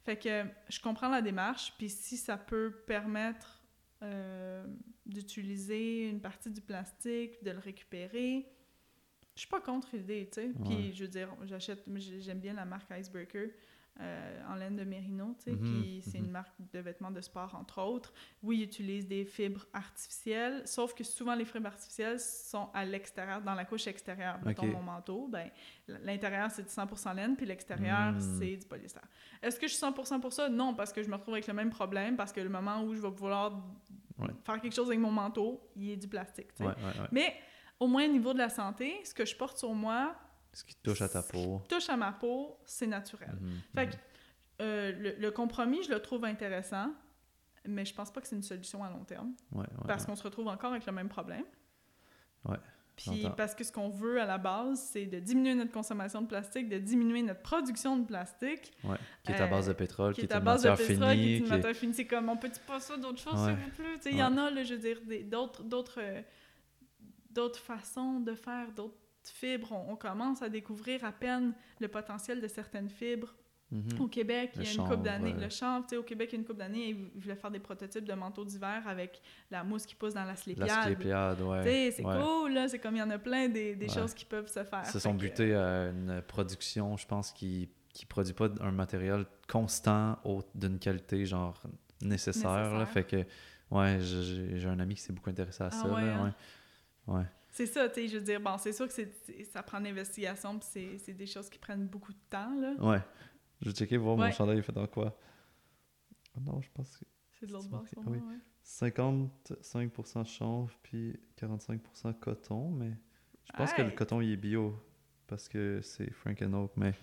B: Fait que je comprends la démarche, puis si ça peut permettre euh, d'utiliser une partie du plastique, de le récupérer, je suis pas contre l'idée, tu sais.
A: Ouais.
B: Puis je veux dire, j'achète, j'aime bien la marque Icebreaker euh, en laine de Mérino, tu sais,
A: Mm-hmm,
B: puis c'est
A: mm-hmm.
B: une marque de vêtements de sport, entre autres. Oui, ils utilisent des fibres artificielles, sauf que souvent les fibres artificielles sont à l'extérieur, dans la couche extérieure. Mettons
A: Ok.
B: mon manteau, ben l'intérieur c'est du cent pour cent laine, puis l'extérieur
A: Mm.
B: c'est du polyester. Est-ce que je suis cent pour cent pour ça? Non, parce que je me retrouve avec le même problème, parce que le moment où je vais vouloir
A: Ouais.
B: faire quelque chose avec mon manteau, il est du plastique, tu sais.
A: Ouais, ouais, ouais.
B: Mais au moins au niveau de la santé, ce que je porte sur moi,
A: Ce qui touche à ta peau.
B: ce qui touche à ma peau, c'est naturel.
A: Mm-hmm.
B: Fait que euh, le, le compromis, je le trouve intéressant, mais je pense pas que c'est une solution à long terme,
A: Ouais, ouais,
B: parce
A: ouais.
B: qu'on se retrouve encore avec le même problème.
A: Ouais,
B: Puis
A: j'entends.
B: parce que ce qu'on veut à la base, c'est de diminuer notre consommation de plastique, de diminuer notre production de plastique.
A: Ouais. Qui est à base de pétrole,
B: Qui
A: qui,
B: est
A: est
B: à
A: une
B: base de
A: matière
B: pétrole, qui est
A: finie.
B: une
A: qui est-
B: matière finie. C'est comme, on peut-tu pas ça d'autres choses,
A: Ouais.
B: s'il vous plaît? Tu sais, il
A: Ouais.
B: y en a, là, je veux dire, des- d'autres, d'autres, euh, d'autres façons de faire, d'autres fibres. On, on commence à découvrir à peine le potentiel de certaines fibres.
A: Mhm.
B: Au Québec, il y a
A: Le
B: une
A: chanvre,
B: couple d'années,
A: euh.
B: le chanvre, tu sais, au Québec, il y a une couple d'années, ils ils voulaient faire des prototypes de manteaux d'hiver avec la mousse qui pousse dans la slépiade.
A: La sclépiade, ouais.
B: Tu sais, c'est
A: ouais.
B: cool, là, c'est comme il y en a plein des, des
A: Ouais.
B: choses qui peuvent se faire.
A: Ils se
B: Fait
A: sont
B: que-
A: butés à une production, je pense, qui qui produit pas un matériel constant au- d'une qualité, genre, nécessaire. Là.
B: Nécessaire.
A: Fait que, ouais, j'ai j'ai un ami qui s'est beaucoup intéressé à
B: Ah
A: ça.
B: ouais,
A: là,
B: hein?
A: ouais. Ouais.
B: C'est ça, tu sais, je veux dire, bon, c'est sûr que c'est, c'est- ça prend de l'investigation, puis c'est, c'est des choses qui prennent beaucoup de temps, là.
A: Ouais. Je vais checker, voir mon
B: Ouais.
A: chandail est fait dans quoi. Oh non, je pense que
B: C'est de l'autre
A: c'est
B: bord,
A: marqué-
B: pour
A: ah
B: moi,
A: oui.
B: ouais.
A: cinquante-cinq pour cent chanvre puis quarante-cinq pour cent coton, mais je pense que le
B: Hey!
A: coton il est bio parce que c'est Frank and Oak, mais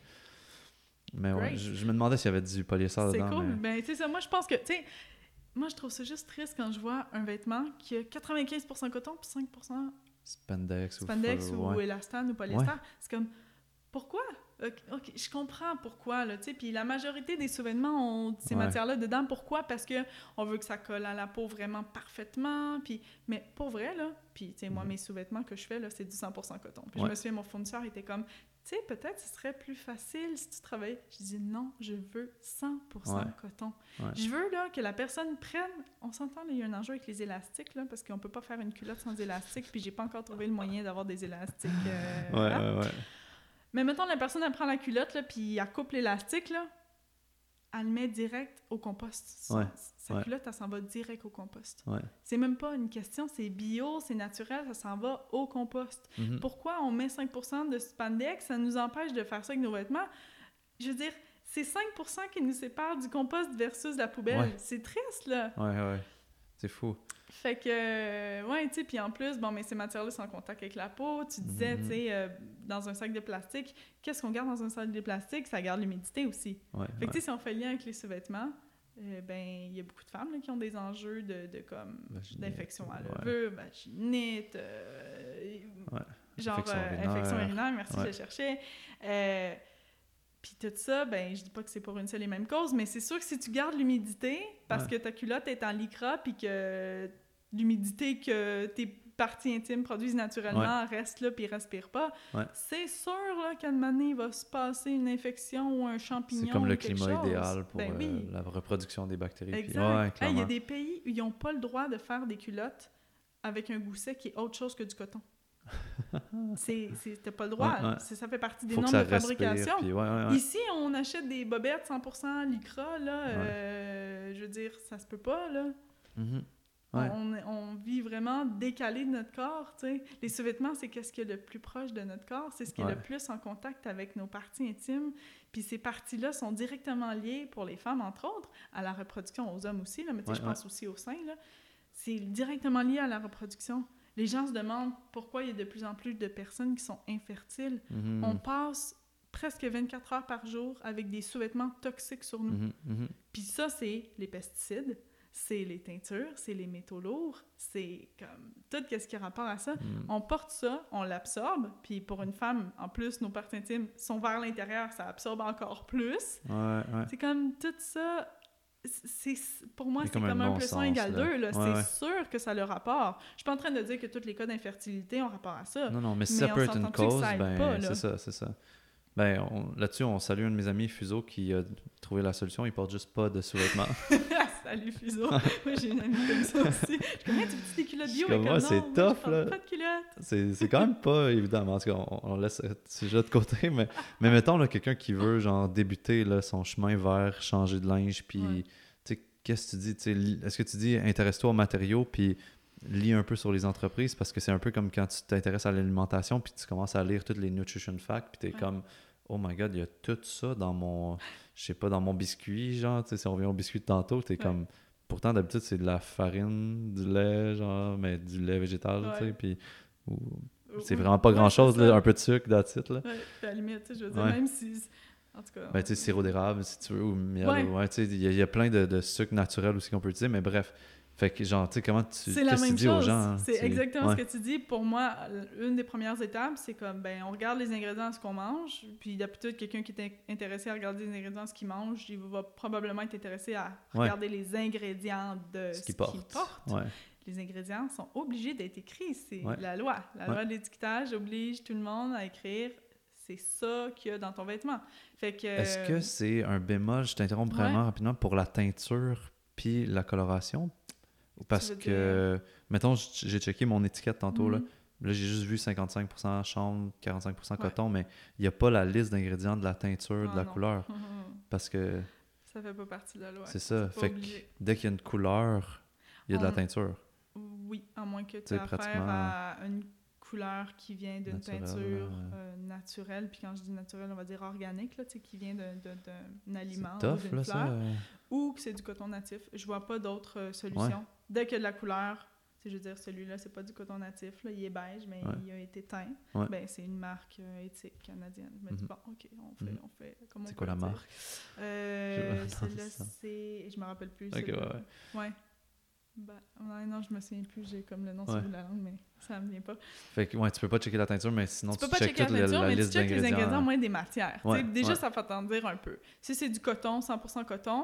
A: mais ouais,
B: Great.
A: je, je me demandais s'il y avait du polyester
B: C'est
A: dedans.
B: cool.
A: mais-
B: Ben, tu sais, ça, moi, je pense que, tu sais, moi, je trouve ça juste triste quand je vois un vêtement qui a quatre-vingt-quinze pour cent coton puis cinq pour cent
A: Spandex,
B: spandex
A: ou,
B: ou
A: ouais.
B: élastane ou polyester.
A: Ouais.
B: C'est comme, pourquoi? Ok, ok, je comprends pourquoi, là, tu sais, puis la majorité des sous-vêtements ont ces
A: Ouais.
B: matières-là dedans. Pourquoi? Parce que on veut que ça colle à la peau vraiment parfaitement, puis... Mais pour vrai, là, puis, tu sais, moi,
A: Mhm.
B: mes sous-vêtements que je fais, là, c'est du cent pour cent coton. Puis
A: Ouais.
B: je me souviens, mon fournisseur était comme, tu sais, peut-être ce serait plus facile si tu travaillais. Je dis, non, je veux cent pour cent
A: Ouais.
B: coton.
A: Ouais.
B: Je veux, là, que la personne prenne... On s'entend, là, il y a un enjeu avec les élastiques, là, parce qu'on peut pas faire une culotte sans élastique, puis j'ai pas encore trouvé le moyen d'avoir des élastiques... euh,
A: Ouais,
B: hein?
A: ouais, ouais.
B: Mais mettons, la personne, elle prend la culotte, là, puis elle coupe l'élastique, là, elle le met direct au compost. Sa,
A: Ouais,
B: sa
A: ouais.
B: culotte, elle s'en va direct au compost.
A: Ouais.
B: C'est même pas une question, c'est bio, c'est naturel, ça s'en va au compost.
A: Mhm.
B: Pourquoi on met cinq pour cent de spandex? Ça nous empêche de faire ça avec nos vêtements. Je veux dire, c'est cinq pour cent qui nous sépare du compost versus la poubelle.
A: Ouais.
B: C'est triste, là.
A: Ouais, ouais. C'est fou.
B: Fait que, euh, ouais, tu sais, puis en plus, bon, mais ces matières-là sont en contact avec la peau. Tu disais,
A: Mhm.
B: tu sais, euh, dans un sac de plastique, qu'est-ce qu'on garde dans un sac de plastique? Ça garde l'humidité aussi.
A: Ouais,
B: Fait que,
A: ouais.
B: tu sais, si on fait le lien avec les sous-vêtements, euh, ben, il y a beaucoup de femmes là, qui ont des enjeux de, de comme,
A: Vaginite,
B: d'infection à
A: ouais.
B: levure, vaginite, euh,
A: Ouais.
B: genre
A: Infection
B: euh,
A: urinaire.
B: infection urinaire, merci, je
A: Ouais.
B: le cherchais. Euh, Puis tout ça, ben, je dis pas que c'est pour une seule et même cause, mais c'est sûr que si tu gardes l'humidité, parce
A: Ouais.
B: que ta culotte est en lycra, puis que l'humidité que tes parties intimes produisent naturellement reste là, puis respire pas,
A: Ouais.
B: c'est sûr là, qu'à un moment donné, il va se passer une infection ou un champignon.
A: C'est comme le
B: ou quelque
A: climat
B: chose.
A: idéal pour
B: Ben
A: euh,
B: oui.
A: la reproduction des bactéries. puis-
B: Exact.
A: Ouais,
B: Hey, Il y
A: clairement.
B: a des pays où ils n'ont pas le droit de faire des culottes avec un gousset qui est autre chose que du coton. c'est, c'est, t'as pas le droit.
A: Ouais, ouais.
B: C'est- ça fait partie des
A: Faut que
B: normes
A: ça
B: de
A: respire.
B: fabrication.
A: Puis ouais, ouais, ouais.
B: Ici, on achète des bobettes cent pour cent lycra, là.
A: Ouais.
B: euh, je veux dire, ça se peut pas, là.
A: Mhm. Ouais.
B: On, on vit vraiment décalé de notre corps, tu sais. Les sous-vêtements, c'est qu'est-ce qui est le plus proche de notre corps, c'est ce qui est
A: Ouais.
B: le plus en contact avec nos parties intimes. Puis ces parties-là sont directement liées, pour les femmes, entre autres, à la reproduction, aux hommes aussi, là, mais tu sais,
A: Ouais,
B: je pense aussi au sein, là. C'est directement lié à la reproduction. Les gens se demandent pourquoi il y a de plus en plus de personnes qui sont infertiles.
A: Mhm.
B: On passe presque vingt-quatre heures par jour avec des sous-vêtements toxiques sur nous.
A: Mhm, mhm.
B: Puis ça, c'est les pesticides, c'est les teintures, c'est les métaux lourds, c'est comme tout ce qui a rapport à ça.
A: Mhm.
B: On porte ça, on l'absorbe, puis pour une femme, en plus, nos parties intimes sont vers l'intérieur, ça absorbe encore plus.
A: Ouais, ouais.
B: C'est comme tout ça... C'est, pour moi,
A: Il y a
B: c'est
A: comme
B: comme
A: un
B: un
A: bon
B: plus un
A: sens,
B: égale
A: là.
B: deux. Là.
A: Ouais,
B: c'est
A: ouais.
B: sûr que ça a le rapport. Je suis pas en train de dire que tous les cas d'infertilité ont rapport à ça.
A: Non, non, mais si
B: Mais
A: ça
B: on
A: peut être une
B: s'entend-tu que
A: cause,
B: ça aide
A: ben
B: pas, là?
A: c'est ça, c'est ça. Ben, on- là-dessus, on salue un de mes amis, Fuso, qui a trouvé la solution. Il porte juste pas de sous-vêtements.
B: Salut Fuso! Moi, j'ai une amie comme ça aussi. Je suis comme, hey, tu veux des culottes
A: Je suis
B: bio?
A: comme,
B: Elle est
A: ouais,
B: comme,
A: c'est
B: non, moi, je
A: tough,
B: porte
A: là.
B: pas de culottes.
A: C'est, c'est quand même pas évident. En tout cas, on, on laisse ce sujet de côté. Mais, mais mettons, là, quelqu'un qui veut, genre, débuter là, son chemin vers changer de linge, puis,
B: Ouais.
A: tu sais, qu'est-ce que tu dis? Tu sais, li- est-ce que tu dis, intéresse-toi aux matériaux, puis lis un peu sur les entreprises, parce que c'est un peu comme quand tu t'intéresses à l'alimentation, puis tu commences à lire toutes les nutrition facts, puis t'es
B: Ouais.
A: comme, oh my god, il y a tout ça dans mon, je sais pas, dans mon biscuit, genre, tu sais, si on revient au biscuit de tantôt, t'es
B: Ouais.
A: comme, pourtant d'habitude c'est de la farine, du lait, genre, mais du lait végétal, tu sais,
B: Ouais.
A: puis ou-
B: Ou-
A: c'est
B: ou-
A: vraiment pas
B: ouais,
A: grand chose,
B: c'est ça.
A: un peu de sucre, that's it, là.
B: Ouais, puis à la limite, tu sais, je veux dire,
A: Ouais.
B: même si... En tout cas...
A: Ben, tu sais, sirop d'érable, si tu veux, ou miel,
B: Ouais.
A: ou- ouais, tu sais, il y, a- il y a plein de, de sucres naturels aussi qu'on peut utiliser, mais bref. Fait que, genre, tu sais, comment tu.
B: C'est la
A: Qu'est-ce que tu
B: même
A: dis aux
B: chose.
A: gens? hein?
B: C'est
A: Tu-
B: exactement
A: ouais.
B: ce que tu dis. Pour moi, une des premières étapes, c'est comme, ben, on regarde les ingrédients de ce qu'on mange, puis d'habitude, quelqu'un qui est intéressé à regarder les ingrédients de ce qu'il mange, il va probablement être intéressé à
A: Ouais.
B: regarder les ingrédients de
A: Ce
B: ce
A: qu'il
B: qu'il
A: porte.
B: porte.
A: Ouais.
B: Les ingrédients sont obligés d'être écrits. C'est
A: Ouais.
B: la loi. La
A: Ouais.
B: loi de l'étiquetage oblige tout le monde à écrire c'est ça qu'il y a dans ton vêtement. Fait que...
A: Est-ce que c'est un bémol, je t'interromps vraiment
B: Ouais.
A: rapidement, pour la teinture puis la coloration? Parce
B: veux
A: que, mettons, j- j'ai checké mon étiquette tantôt, là.
B: Mhm.
A: Là, j'ai juste vu cinquante-cinq pour cent chanvre, quarante-cinq pour cent
B: Ouais.
A: coton, mais il n'y a pas la liste d'ingrédients de la teinture,
B: Ah
A: de la
B: non.
A: couleur.
B: Mhm.
A: Parce que
B: Ça fait pas partie de la loi.
A: c'est ça.
B: pas
A: Fait que
B: obligé.
A: dès qu'il y a une couleur, il y a de la
B: On-
A: teinture.
B: Oui, à moins que tu
A: C'est
B: aies affaire
A: pratiquement-
B: à une couleur qui vient d'une
A: Naturelle,
B: peinture
A: ouais.
B: euh, naturelle. Puis quand je dis naturelle, on va dire organique, là, tu sais, qui vient d'un, d'un- d'un aliment
A: C'est
B: ou
A: tough,
B: d'une
A: là, ça.
B: fleur.
A: euh.
B: Ou que c'est du coton natif. Je vois pas d'autres euh, solutions. Dès qu'il y a de la couleur, tu sais, je veux dire, celui-là, c'est pas du coton natif, là, il est beige, mais
A: Ouais.
B: il a été teint.
A: Ouais.
B: Ben, c'est une marque euh, éthique canadienne. Je me dis,
A: Mhm.
B: bon, OK, on fait,
A: Mhm.
B: on fait comme on
A: C'est
B: peut
A: quoi la
B: le dire.
A: marque?
B: Euh,
A: Je-
B: celle-là,
A: Attends, ça.
B: c'est... Je me rappelle plus.
A: Ok, ouais,
B: celle-là.
A: ouais.
B: Ouais. Ben, ouais, non, je me souviens plus, j'ai comme le nom
A: Ouais.
B: sur le bout de la langue, mais ça me vient pas.
A: Fait que, ouais, tu peux pas checker la teinture, mais sinon
B: Tu
A: tu,
B: peux pas
A: checkes
B: checker la
A: toute la,
B: teinture,
A: la
B: mais tu
A: liste
B: checkes les
A: d'ingrédients.
B: ingrédients moins des matières.
A: Ouais,
B: Tu sais, déjà,
A: ouais.
B: ça va t'en dire un peu. Si c'est du coton, cent pour cent coton,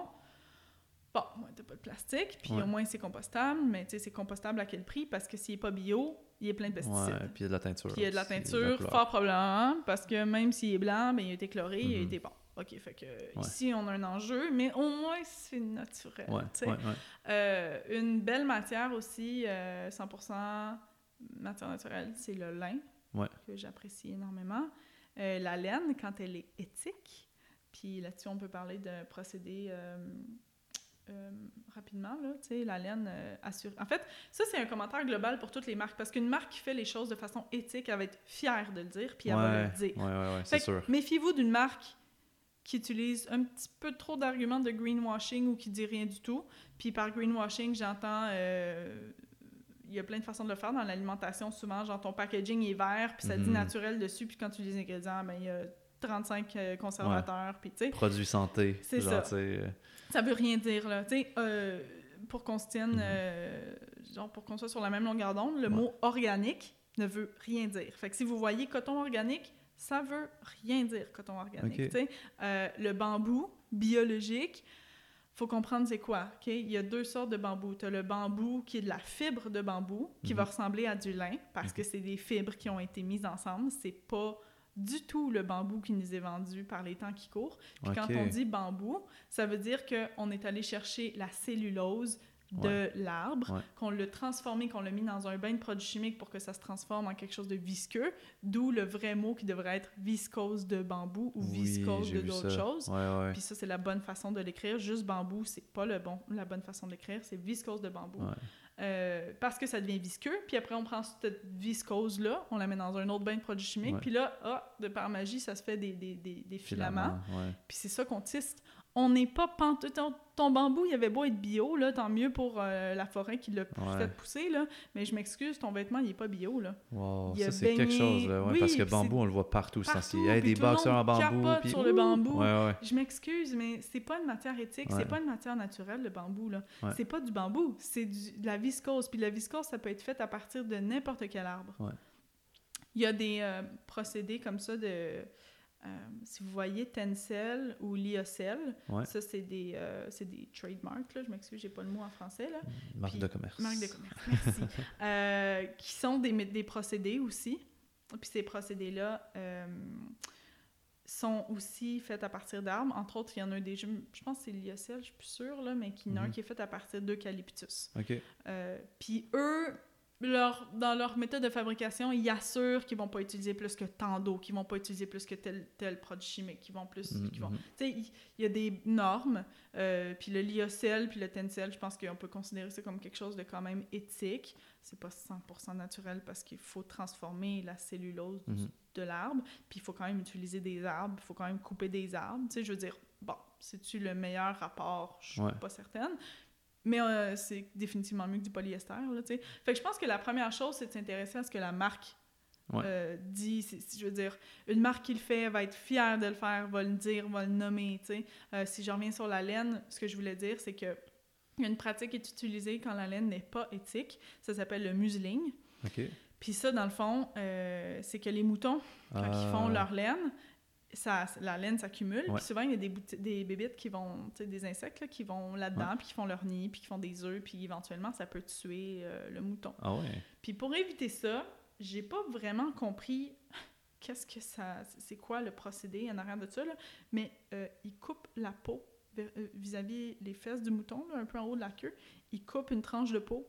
B: bon, moi, t'as pas de plastique, puis
A: Ouais.
B: au moins c'est compostable, mais tu sais, c'est compostable à quel prix? Parce que s'il est pas bio, il est plein de pesticides.
A: Ouais, puis il y a de la teinture.
B: Puis il y a de la
A: aussi,
B: teinture,
A: couleur.
B: fort probablement, parce que même s'il est blanc, ben, il a été chloré, il a
A: Mhm.
B: été bon. OK, fait que ici, on a un enjeu, mais au moins, c'est naturel.
A: Ouais,
B: tu sais.
A: ouais, ouais.
B: Euh, une belle matière aussi, euh, cent pour cent matière naturelle, c'est le lin,
A: Ouais.
B: que j'apprécie énormément. Euh, la laine, quand elle est éthique, puis là-dessus, on peut parler de procédés euh, euh, rapidement, là, tu sais, la laine euh, assure... En fait, ça, c'est un commentaire global pour toutes les marques, parce qu'une marque qui fait les choses de façon éthique, elle va être fière de le dire, puis elle va
A: Ouais,
B: le dire.
A: ouais, ouais, ouais,
B: Fait
A: c'est
B: que
A: sûr.
B: méfiez-vous d'une marque qui utilise un petit peu trop d'arguments de greenwashing ou qui dit rien du tout. Puis par greenwashing, j'entends... euh, il y a plein de façons de le faire dans l'alimentation. Souvent, genre ton packaging est vert, puis ça dit
A: Mhm.
B: naturel dessus, puis quand tu lis les ingrédients, ben il y a trente-cinq euh, conservateurs, puis tu sais...
A: Produits santé.
B: C'est
A: genre,
B: ça.
A: tu sais, euh,
B: Ça veut rien dire, là. Tu sais, euh, pour qu'on se tienne,
A: Mhm.
B: euh, genre pour qu'on soit sur la même longueur d'onde, le
A: Ouais.
B: mot organique ne veut rien dire. Fait que si vous voyez coton organique, ça veut rien dire, coton organique.
A: Ok.
B: Tu sais, euh, le bambou biologique, faut comprendre c'est quoi. OK? Il y a deux sortes de bambou. Tu as le bambou qui est de la fibre de bambou, qui
A: Mhm.
B: va ressembler à du lin, parce
A: Mhm.
B: que c'est des fibres qui ont été mises ensemble. C'est pas du tout le bambou qui nous est vendu par les temps qui courent. Puis
A: Ok.
B: quand on dit bambou, ça veut dire qu'on est allé chercher la cellulose de
A: Ouais.
B: l'arbre,
A: Ouais.
B: qu'on l'a transformé, qu'on l'a mis dans un bain de produits chimiques pour que ça se transforme en quelque chose de visqueux, d'où le vrai mot qui devrait être viscose de bambou ou
A: Oui,
B: viscose
A: j'ai
B: de
A: vu
B: d'autres
A: ça.
B: choses.
A: Ouais, ouais.
B: Puis ça, c'est la bonne façon de l'écrire. Juste bambou, c'est pas le bon, la bonne façon de l'écrire, c'est viscose de bambou.
A: Ouais.
B: Euh, parce que ça devient visqueux, puis après on prend cette viscose-là, on la met dans un autre bain de produits chimiques,
A: Ouais.
B: puis là, ah, de par magie, ça se fait des, des, des, des filaments.
A: Filament, ouais.
B: Puis c'est ça qu'on tisse. On n'est pas pantoute. Ton, ton bambou, il avait beau être bio, là, tant mieux pour euh, la forêt qui l'a
A: Ouais.
B: fait pousser, là. Mais je m'excuse, ton vêtement, il est pas bio, là.
A: Wow,
B: Il a
A: ça c'est quelque
B: baigné-
A: chose, là, ouais,
B: Oui,
A: parce que
B: puis
A: bambou,
B: c'est
A: on le voit partout, ce
B: partout,
A: temps-ci. Hey,
B: puis
A: des
B: tout le
A: boxeurs en
B: monde
A: bambou.
B: capote
A: Puis
B: sur le
A: ouh!
B: bambou.
A: Ouais, ouais.
B: Je m'excuse, mais c'est pas une matière éthique,
A: Ouais.
B: c'est pas une matière naturelle, le bambou, là.
A: Ouais.
B: C'est pas du bambou, c'est du- de la viscose. Puis la viscose, ça peut être fait à partir de n'importe quel arbre.
A: Ouais.
B: Il y a des euh, procédés comme ça de... euh, si vous voyez Tencel ou Lyocell,
A: Ouais.
B: ça, c'est des, euh, c'est des trademarks, là. Je m'excuse, j'ai pas le mot en français, là.
A: Marque
B: Puis-
A: de commerce.
B: Marque de commerce, merci. Euh, qui sont des, des procédés aussi. Puis ces procédés-là, euh, sont aussi faites à partir d'arbres. Entre autres, il y en a un des jeux, je pense que c'est Lyocell, je suis plus sûre, là, mais il y en a mm-hmm. un qui est fait à partir d'eucalyptus.
A: OK.
B: Euh, puis eux, leur, dans leur méthode de fabrication, ils assurent qu'ils vont pas utiliser plus que tant d'eau, qu'ils vont pas utiliser plus que tel, tel produit chimique, qu'ils vont plus...
A: Mm-hmm.
B: Qu'ils vont, tu sais, il, il y a des normes, euh, puis le Lyocell, puis le Tencel, je pense qu'on peut considérer ça comme quelque chose de quand même éthique. C'est pas cent pour cent naturel parce qu'il faut transformer la cellulose mm-hmm. de l'arbre, puis il faut quand même utiliser des arbres, il faut quand même couper des arbres. Tu sais, je veux dire, bon, c'est-tu le meilleur rapport? Je suis ouais. pas certaine. Mais euh, c'est définitivement mieux que du polyester, là, tu sais. Fait que je pense que la première chose, c'est de s'intéresser à ce que la marque ouais. euh, dit. C'est, je veux dire, une marque qui le fait va être fière de le faire, va le dire, va le nommer, tu sais. Euh, si je reviens sur la laine, ce que je voulais dire, c'est que il y a une pratique qui est utilisée quand la laine n'est pas éthique. Ça s'appelle le museling.
A: OK.
B: Puis ça, dans le fond, euh, c'est que les moutons, quand euh... ils font leur laine, ça, la laine s'accumule. Ouais. Puis souvent, il y a des, bouti- des bébites qui vont, tu sais, des insectes là, qui vont là-dedans, ouais. puis qui font leur nid, puis qui font des œufs, puis éventuellement, ça peut tuer euh, le mouton.
A: Ah ouais.
B: Puis pour éviter ça, j'ai pas vraiment compris qu'est-ce que ça... C'est quoi le procédé en arrière de ça, là, mais euh, ils coupent la peau vis-à-vis les fesses du mouton, là, un peu en haut de la queue. Ils coupent une tranche de peau,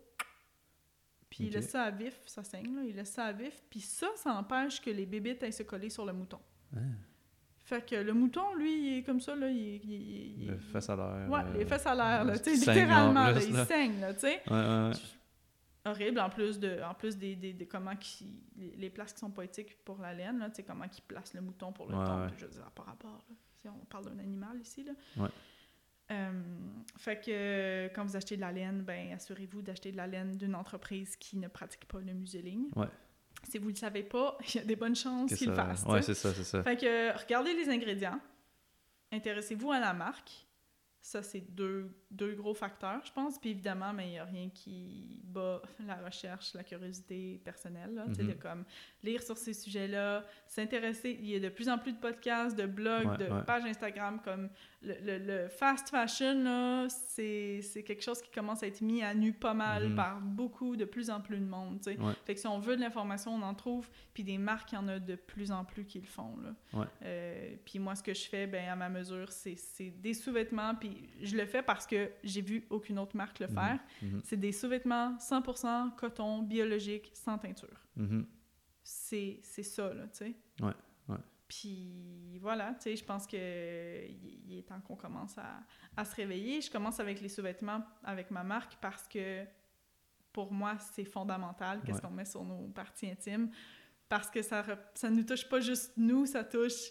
B: puis okay. ils laissent ça à vif, ça saigne, là, ils laissent ça à vif, puis ça, ça empêche que les bébites aillent se coller sur le mouton. Ah. Fait que le mouton, lui, il est comme ça, là, il est... Il, il,
A: les fesses à l'air.
B: Ouais,
A: euh,
B: les fesses à l'air, là, tu sais, littéralement, là, il saigne, là, tu sais.
A: Ouais, ouais, ouais.
B: Horrible, en plus de, en plus des, des, des comment qui, les, les places qui sont pas éthiques pour la laine, là, tu sais, comment ils placent le mouton pour le
A: ouais,
B: ton,
A: ouais.
B: je veux dire, par rapport, là. T'sais, on parle d'un animal ici, là.
A: Ouais.
B: Euh, fait que quand vous achetez de la laine, ben assurez-vous d'acheter de la laine d'une entreprise qui ne pratique pas le museling.
A: Ouais.
B: Si vous ne le savez pas, il y a des bonnes chances
A: que
B: qu'ils
A: ça...
B: le fassent.
A: Ouais, c'est ça, c'est ça.
B: Fait que regardez les ingrédients, intéressez-vous à la marque. Ça, c'est deux, deux gros facteurs, je pense. Puis évidemment, mais il n'y a rien qui bat la recherche, la curiosité personnelle. Là, mm-hmm. de comme lire sur ces sujets-là, s'intéresser. Il y a de plus en plus de podcasts, de blogs,
A: ouais,
B: de
A: ouais.
B: pages Instagram. Comme le, le, le fast fashion, là, c'est, c'est quelque chose qui commence à être mis à nu pas mal mm-hmm. par beaucoup, de plus en plus de monde. Ouais. Fait que si on veut de l'information, on en trouve. Puis des marques, il y en a de plus en plus qui le font. Là.
A: Ouais.
B: Euh, puis moi, ce que je fais, ben, à ma mesure, c'est, c'est des sous-vêtements. Puis je le fais parce que j'ai vu aucune autre marque le faire. Mm-hmm. C'est des sous-vêtements cent pour cent coton, biologique, sans teinture.
A: Mm-hmm.
B: C'est, c'est ça, là, tu sais.
A: Ouais, ouais.
B: Puis voilà, tu sais, je pense qu'il il est temps qu'on commence à, à se réveiller. Je commence avec les sous-vêtements avec ma marque parce que, pour moi, c'est fondamental qu'est-ce ouais. qu'on met sur nos parties intimes. Parce que ça ça nous touche pas juste nous, ça touche...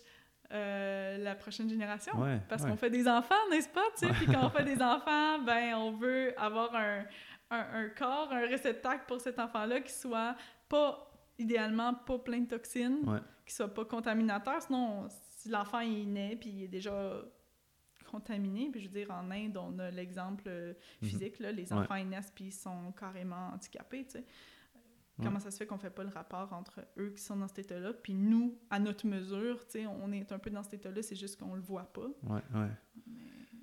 B: Euh, la prochaine génération.
A: Ouais,
B: parce
A: ouais.
B: qu'on fait des enfants, n'est-ce pas? Tu sais? Puis quand on fait des enfants, ben on veut avoir un, un, un corps, un réceptacle pour cet enfant-là qui soit pas, idéalement, pas plein de toxines,
A: ouais.
B: qui soit pas contaminateur. Sinon, si l'enfant il naît puis il est déjà contaminé, puis je veux dire, en Inde, on a l'exemple physique, là, les enfants ouais. ils naissent puis ils sont carrément handicapés, tu sais. Comment ça se fait qu'on fait pas le rapport entre eux qui sont dans cet état-là, puis nous, à notre mesure, tu sais, on est un peu dans cet état-là, c'est juste qu'on le voit pas.
A: Ouais, ouais.
B: Mais...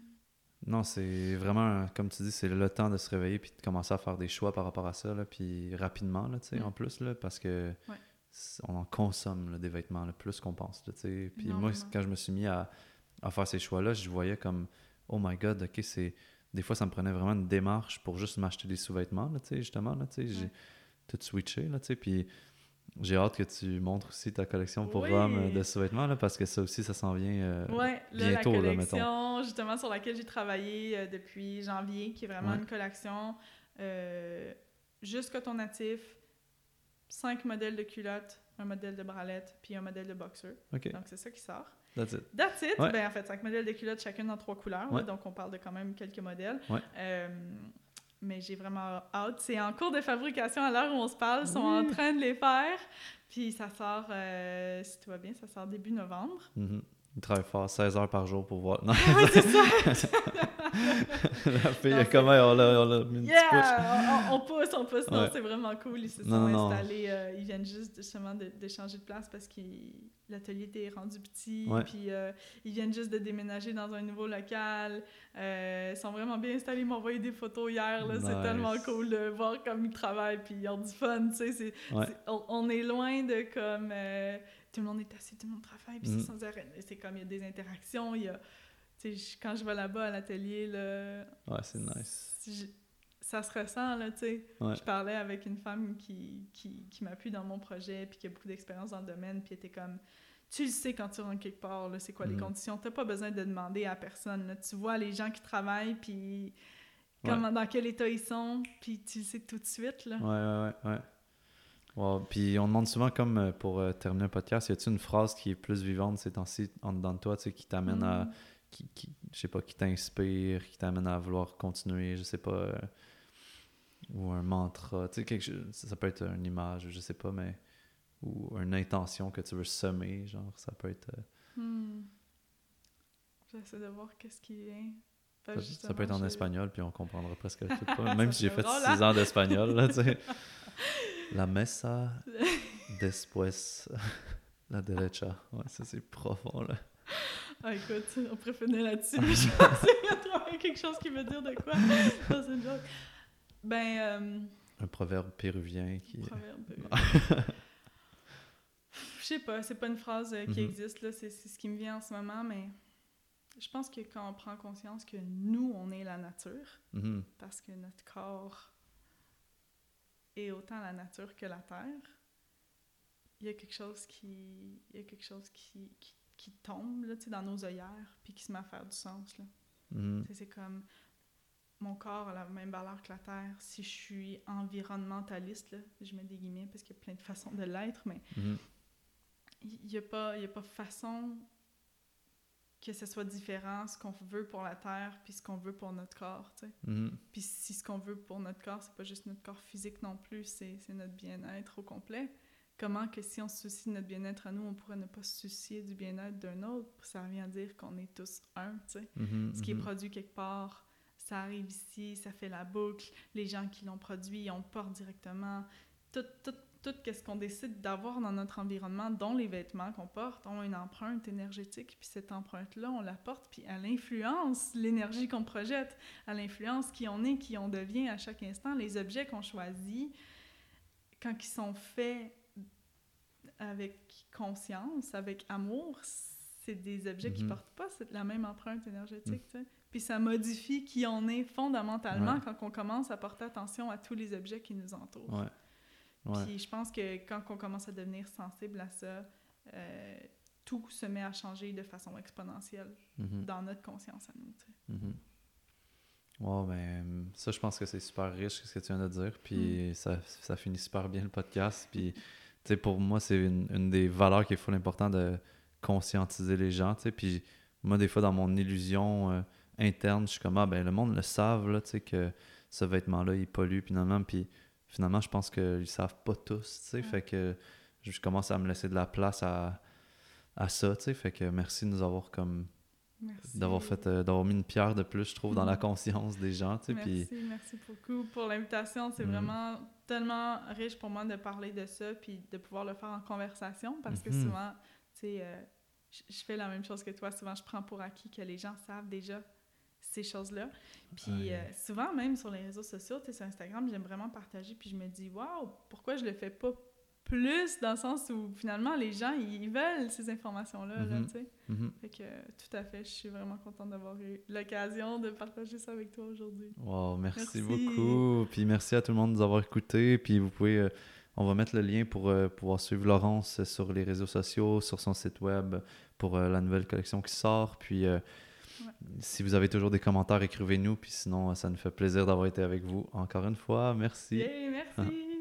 A: Non, c'est vraiment, comme tu dis, c'est le temps de se réveiller puis de commencer à faire des choix par rapport à ça, là, puis rapidement, là, tu sais, mm. en plus, là, parce que
B: ouais.
A: on en consomme, là, des vêtements, là, plus qu'on pense, là, tu sais. Puis
B: non,
A: moi,
B: vraiment.
A: Quand je me suis mis à, à faire ces choix-là, je voyais comme, oh my God, OK, c'est... Des fois, ça me prenait vraiment une démarche pour juste m'acheter des sous-vêtements, là, tu sais, justement, là, tu sais, j'ai...
B: Ouais.
A: tout switché, là, tu sais, puis j'ai hâte que tu montres aussi ta collection pour
B: oui.
A: hommes de sous-vêtements, là, parce que ça aussi, ça s'en vient euh,
B: ouais, là,
A: bientôt,
B: la
A: là,
B: collection,
A: mettons.
B: justement, sur laquelle j'ai travaillé euh, depuis janvier, qui est vraiment
A: ouais.
B: une collection euh, juste coton natif, cinq modèles de culottes, un modèle de bralette, puis un modèle de boxer.
A: Okay.
B: Donc, c'est ça qui sort.
A: That's it.
B: That's it.
A: Ouais.
B: Ben, en fait, cinq modèles de culottes, chacune dans trois couleurs,
A: ouais.
B: là, donc on parle de quand même quelques modèles.
A: Ouais.
B: Euh, mais j'ai vraiment hâte. C'est en cours de fabrication à l'heure où on se parle. Ils sont oui. en train de les faire. Puis ça sort, euh, si tout va bien, ça sort début novembre.
A: Mm-hmm. Ils travaillent fort, seize heures par jour pour voir. Non,
B: oui, c'est ça!
A: La fille, non, comment on l'a, on l'a mis une
B: yeah!
A: petite push.
B: On, on pousse, on pousse. Non,
A: ouais.
B: c'est vraiment cool. Ils se sont
A: non, non,
B: installés. Euh, ils viennent juste justement de, de changer de place parce que l'atelier était rendu petit.
A: Ouais.
B: Puis euh, ils viennent juste de déménager dans un nouveau local. Euh, ils sont vraiment bien installés. Ils m'ont envoyé des photos hier. Là. Nice. C'est tellement cool de voir comme ils travaillent. Puis ils ont du fun. Tu sais, c'est,
A: ouais.
B: c'est, on, on est loin de comme... Euh, tout le monde est assis, tout le monde travaille, puis
A: Mm.
B: c'est sans arrêt. C'est comme, il y a des interactions, il y a... Tu sais, quand je vais là-bas à l'atelier, là...
A: Ouais, c'est nice.
B: je- ça se ressent, là, tu sais.
A: Ouais.
B: Je parlais avec une femme qui, qui, qui m'appuie dans mon projet, puis qui a beaucoup d'expérience dans le domaine, puis elle était comme... Tu le sais quand tu rentres quelque part, là, c'est quoi les
A: Mhm.
B: conditions. T'as pas besoin de demander à personne, là. Tu vois les gens qui travaillent, puis comment, dans quel état ils sont, puis tu le sais tout de suite, là.
A: Ouais, ouais, ouais. ouais. Wow. Puis on demande souvent, comme euh, pour euh, terminer un podcast, y a-t-il une phrase qui est plus vivante ces temps-ci en dedans de toi, tu sais, qui t'amène
B: Mm.
A: à... Qui, qui, je sais pas, qui t'inspire, qui t'amène à vouloir continuer, je sais pas... euh, ou un mantra, tu sais, quelque chose... Ça, ça peut être une image, je sais pas, mais... Ou une intention que tu veux semer, genre, ça peut être... euh,
B: Hmm. J'essaie de voir qu'est-ce qui vient. Ben,
A: ça,
B: justement,
A: ça peut être en
B: je-
A: espagnol, puis on comprendra presque tout pas. Même
B: Ça
A: si j'ai
B: serait
A: fait
B: drôle, hein?
A: six ans d'espagnol, là, tu sais. La mesa después la derecha. Ouais, ça, c'est profond, là.
B: Ah, écoute, on pourrait finir là-dessus, mais je pense qu'il y a trouvé quelque chose qui veut dire de quoi. Ça, c'est une joke. Ben, euh,
A: Un proverbe péruvien qui...
B: proverbe. Je sais pas, c'est pas une phrase euh, qui
A: Mhm.
B: existe, là, c'est c'est ce qui me vient en ce moment, mais je pense que quand on prend conscience que nous, on est la nature,
A: Mhm.
B: parce que notre corps est autant la nature que la terre, il y a quelque chose qui, il y a quelque chose qui, qui, qui tombe là, tu sais, dans nos œillères, puis qui se met à faire du sens. Là.
A: Mhm.
B: Tu sais, c'est comme mon corps a la même valeur que la terre. Si je suis environnementaliste, là, je mets des guillemets parce qu'il y a plein de façons de l'être, mais
A: Mhm.
B: il n'y a pas, il y a pas façon que ce soit différent ce qu'on veut pour la terre puis ce qu'on veut pour notre corps, tu sais.
A: Mhm.
B: Puis si ce qu'on veut pour notre corps, c'est pas juste notre corps physique non plus, c'est, c'est notre bien-être au complet. Comment que si on se soucie de notre bien-être à nous, on pourrait ne pas se soucier du bien-être d'un autre? Ça revient à dire qu'on est tous un, tu sais.
A: Mhm.
B: Ce qui est
A: Mhm.
B: produit quelque part, ça arrive ici, ça fait la boucle. Les gens qui l'ont produit, on le porte directement. Tout, tout, tout ce qu'on décide d'avoir dans notre environnement, dont les vêtements qu'on porte, ont une empreinte énergétique. Puis cette empreinte-là, on la porte, puis elle influence l'énergie qu'on projette, elle influence qui on est, qui on devient à chaque instant. Les objets qu'on choisit, quand ils sont faits avec conscience, avec amour, c'est des objets
A: Mhm.
B: qui portent pas cette, la même empreinte énergétique, tu sais. Puis ça modifie qui on est fondamentalement
A: Ouais.
B: quand on commence à porter attention à tous les objets qui nous entourent.
A: Ouais. Ouais.
B: Puis je pense que quand on commence à devenir sensible à ça, euh, tout se met à changer de façon exponentielle
A: Mhm.
B: dans notre conscience à nous, tu sais.
A: Mhm. Wow, ben, ça, je pense que c'est super riche ce que tu viens de dire, puis
B: Mm.
A: ça, ça finit super bien le podcast, puis, tu sais, pour moi, c'est une, une des valeurs qu'il faut l'important de conscientiser les gens, tu sais, puis moi, des fois, dans mon illusion euh, interne, je suis comme, ah, ben, le monde le savent, là, tu sais, que ce vêtement-là, il pollue, finalement, puis finalement, je pense qu'ils le savent pas tous, tu sais,
B: Ouais.
A: fait que je commence à me laisser de la place à, à ça, tu sais, fait que merci de nous avoir comme...
B: Merci.
A: d'avoir fait euh, d'avoir mis une pierre de plus, je trouve, dans la
B: Mhm.
A: conscience des gens, tu sais,
B: Merci,
A: puis
B: merci beaucoup pour l'invitation. C'est
A: Mm.
B: vraiment tellement riche pour moi de parler de ça puis de pouvoir le faire en conversation parce que
A: Mhm.
B: souvent, tu sais, euh, je je fais la même chose que toi. Souvent, je prends pour acquis que les gens savent déjà ces choses-là. Puis
A: Ouais.
B: euh, souvent, même sur les réseaux sociaux, tu sais, sur Instagram, j'aime vraiment partager puis je me dis, waouh, pourquoi je le fais pas plus dans le sens où finalement, les gens, ils veulent ces informations-là, là,
A: Mhm.
B: tu sais.
A: Mhm.
B: Fait que euh, tout à fait, je suis vraiment contente d'avoir eu l'occasion de partager ça avec toi aujourd'hui.
A: Wow, merci,
B: Merci.
A: beaucoup. Puis merci à tout le monde de nous avoir écoutés. Puis vous pouvez, euh, on va mettre le lien pour euh, pouvoir suivre Laurence sur les réseaux sociaux, sur son site web pour euh, la nouvelle collection qui sort. Puis euh,
B: Ouais.
A: si vous avez toujours des commentaires, écrivez-nous. Puis sinon, ça nous fait plaisir d'avoir été avec vous encore une fois. Merci.
B: Yeah, merci!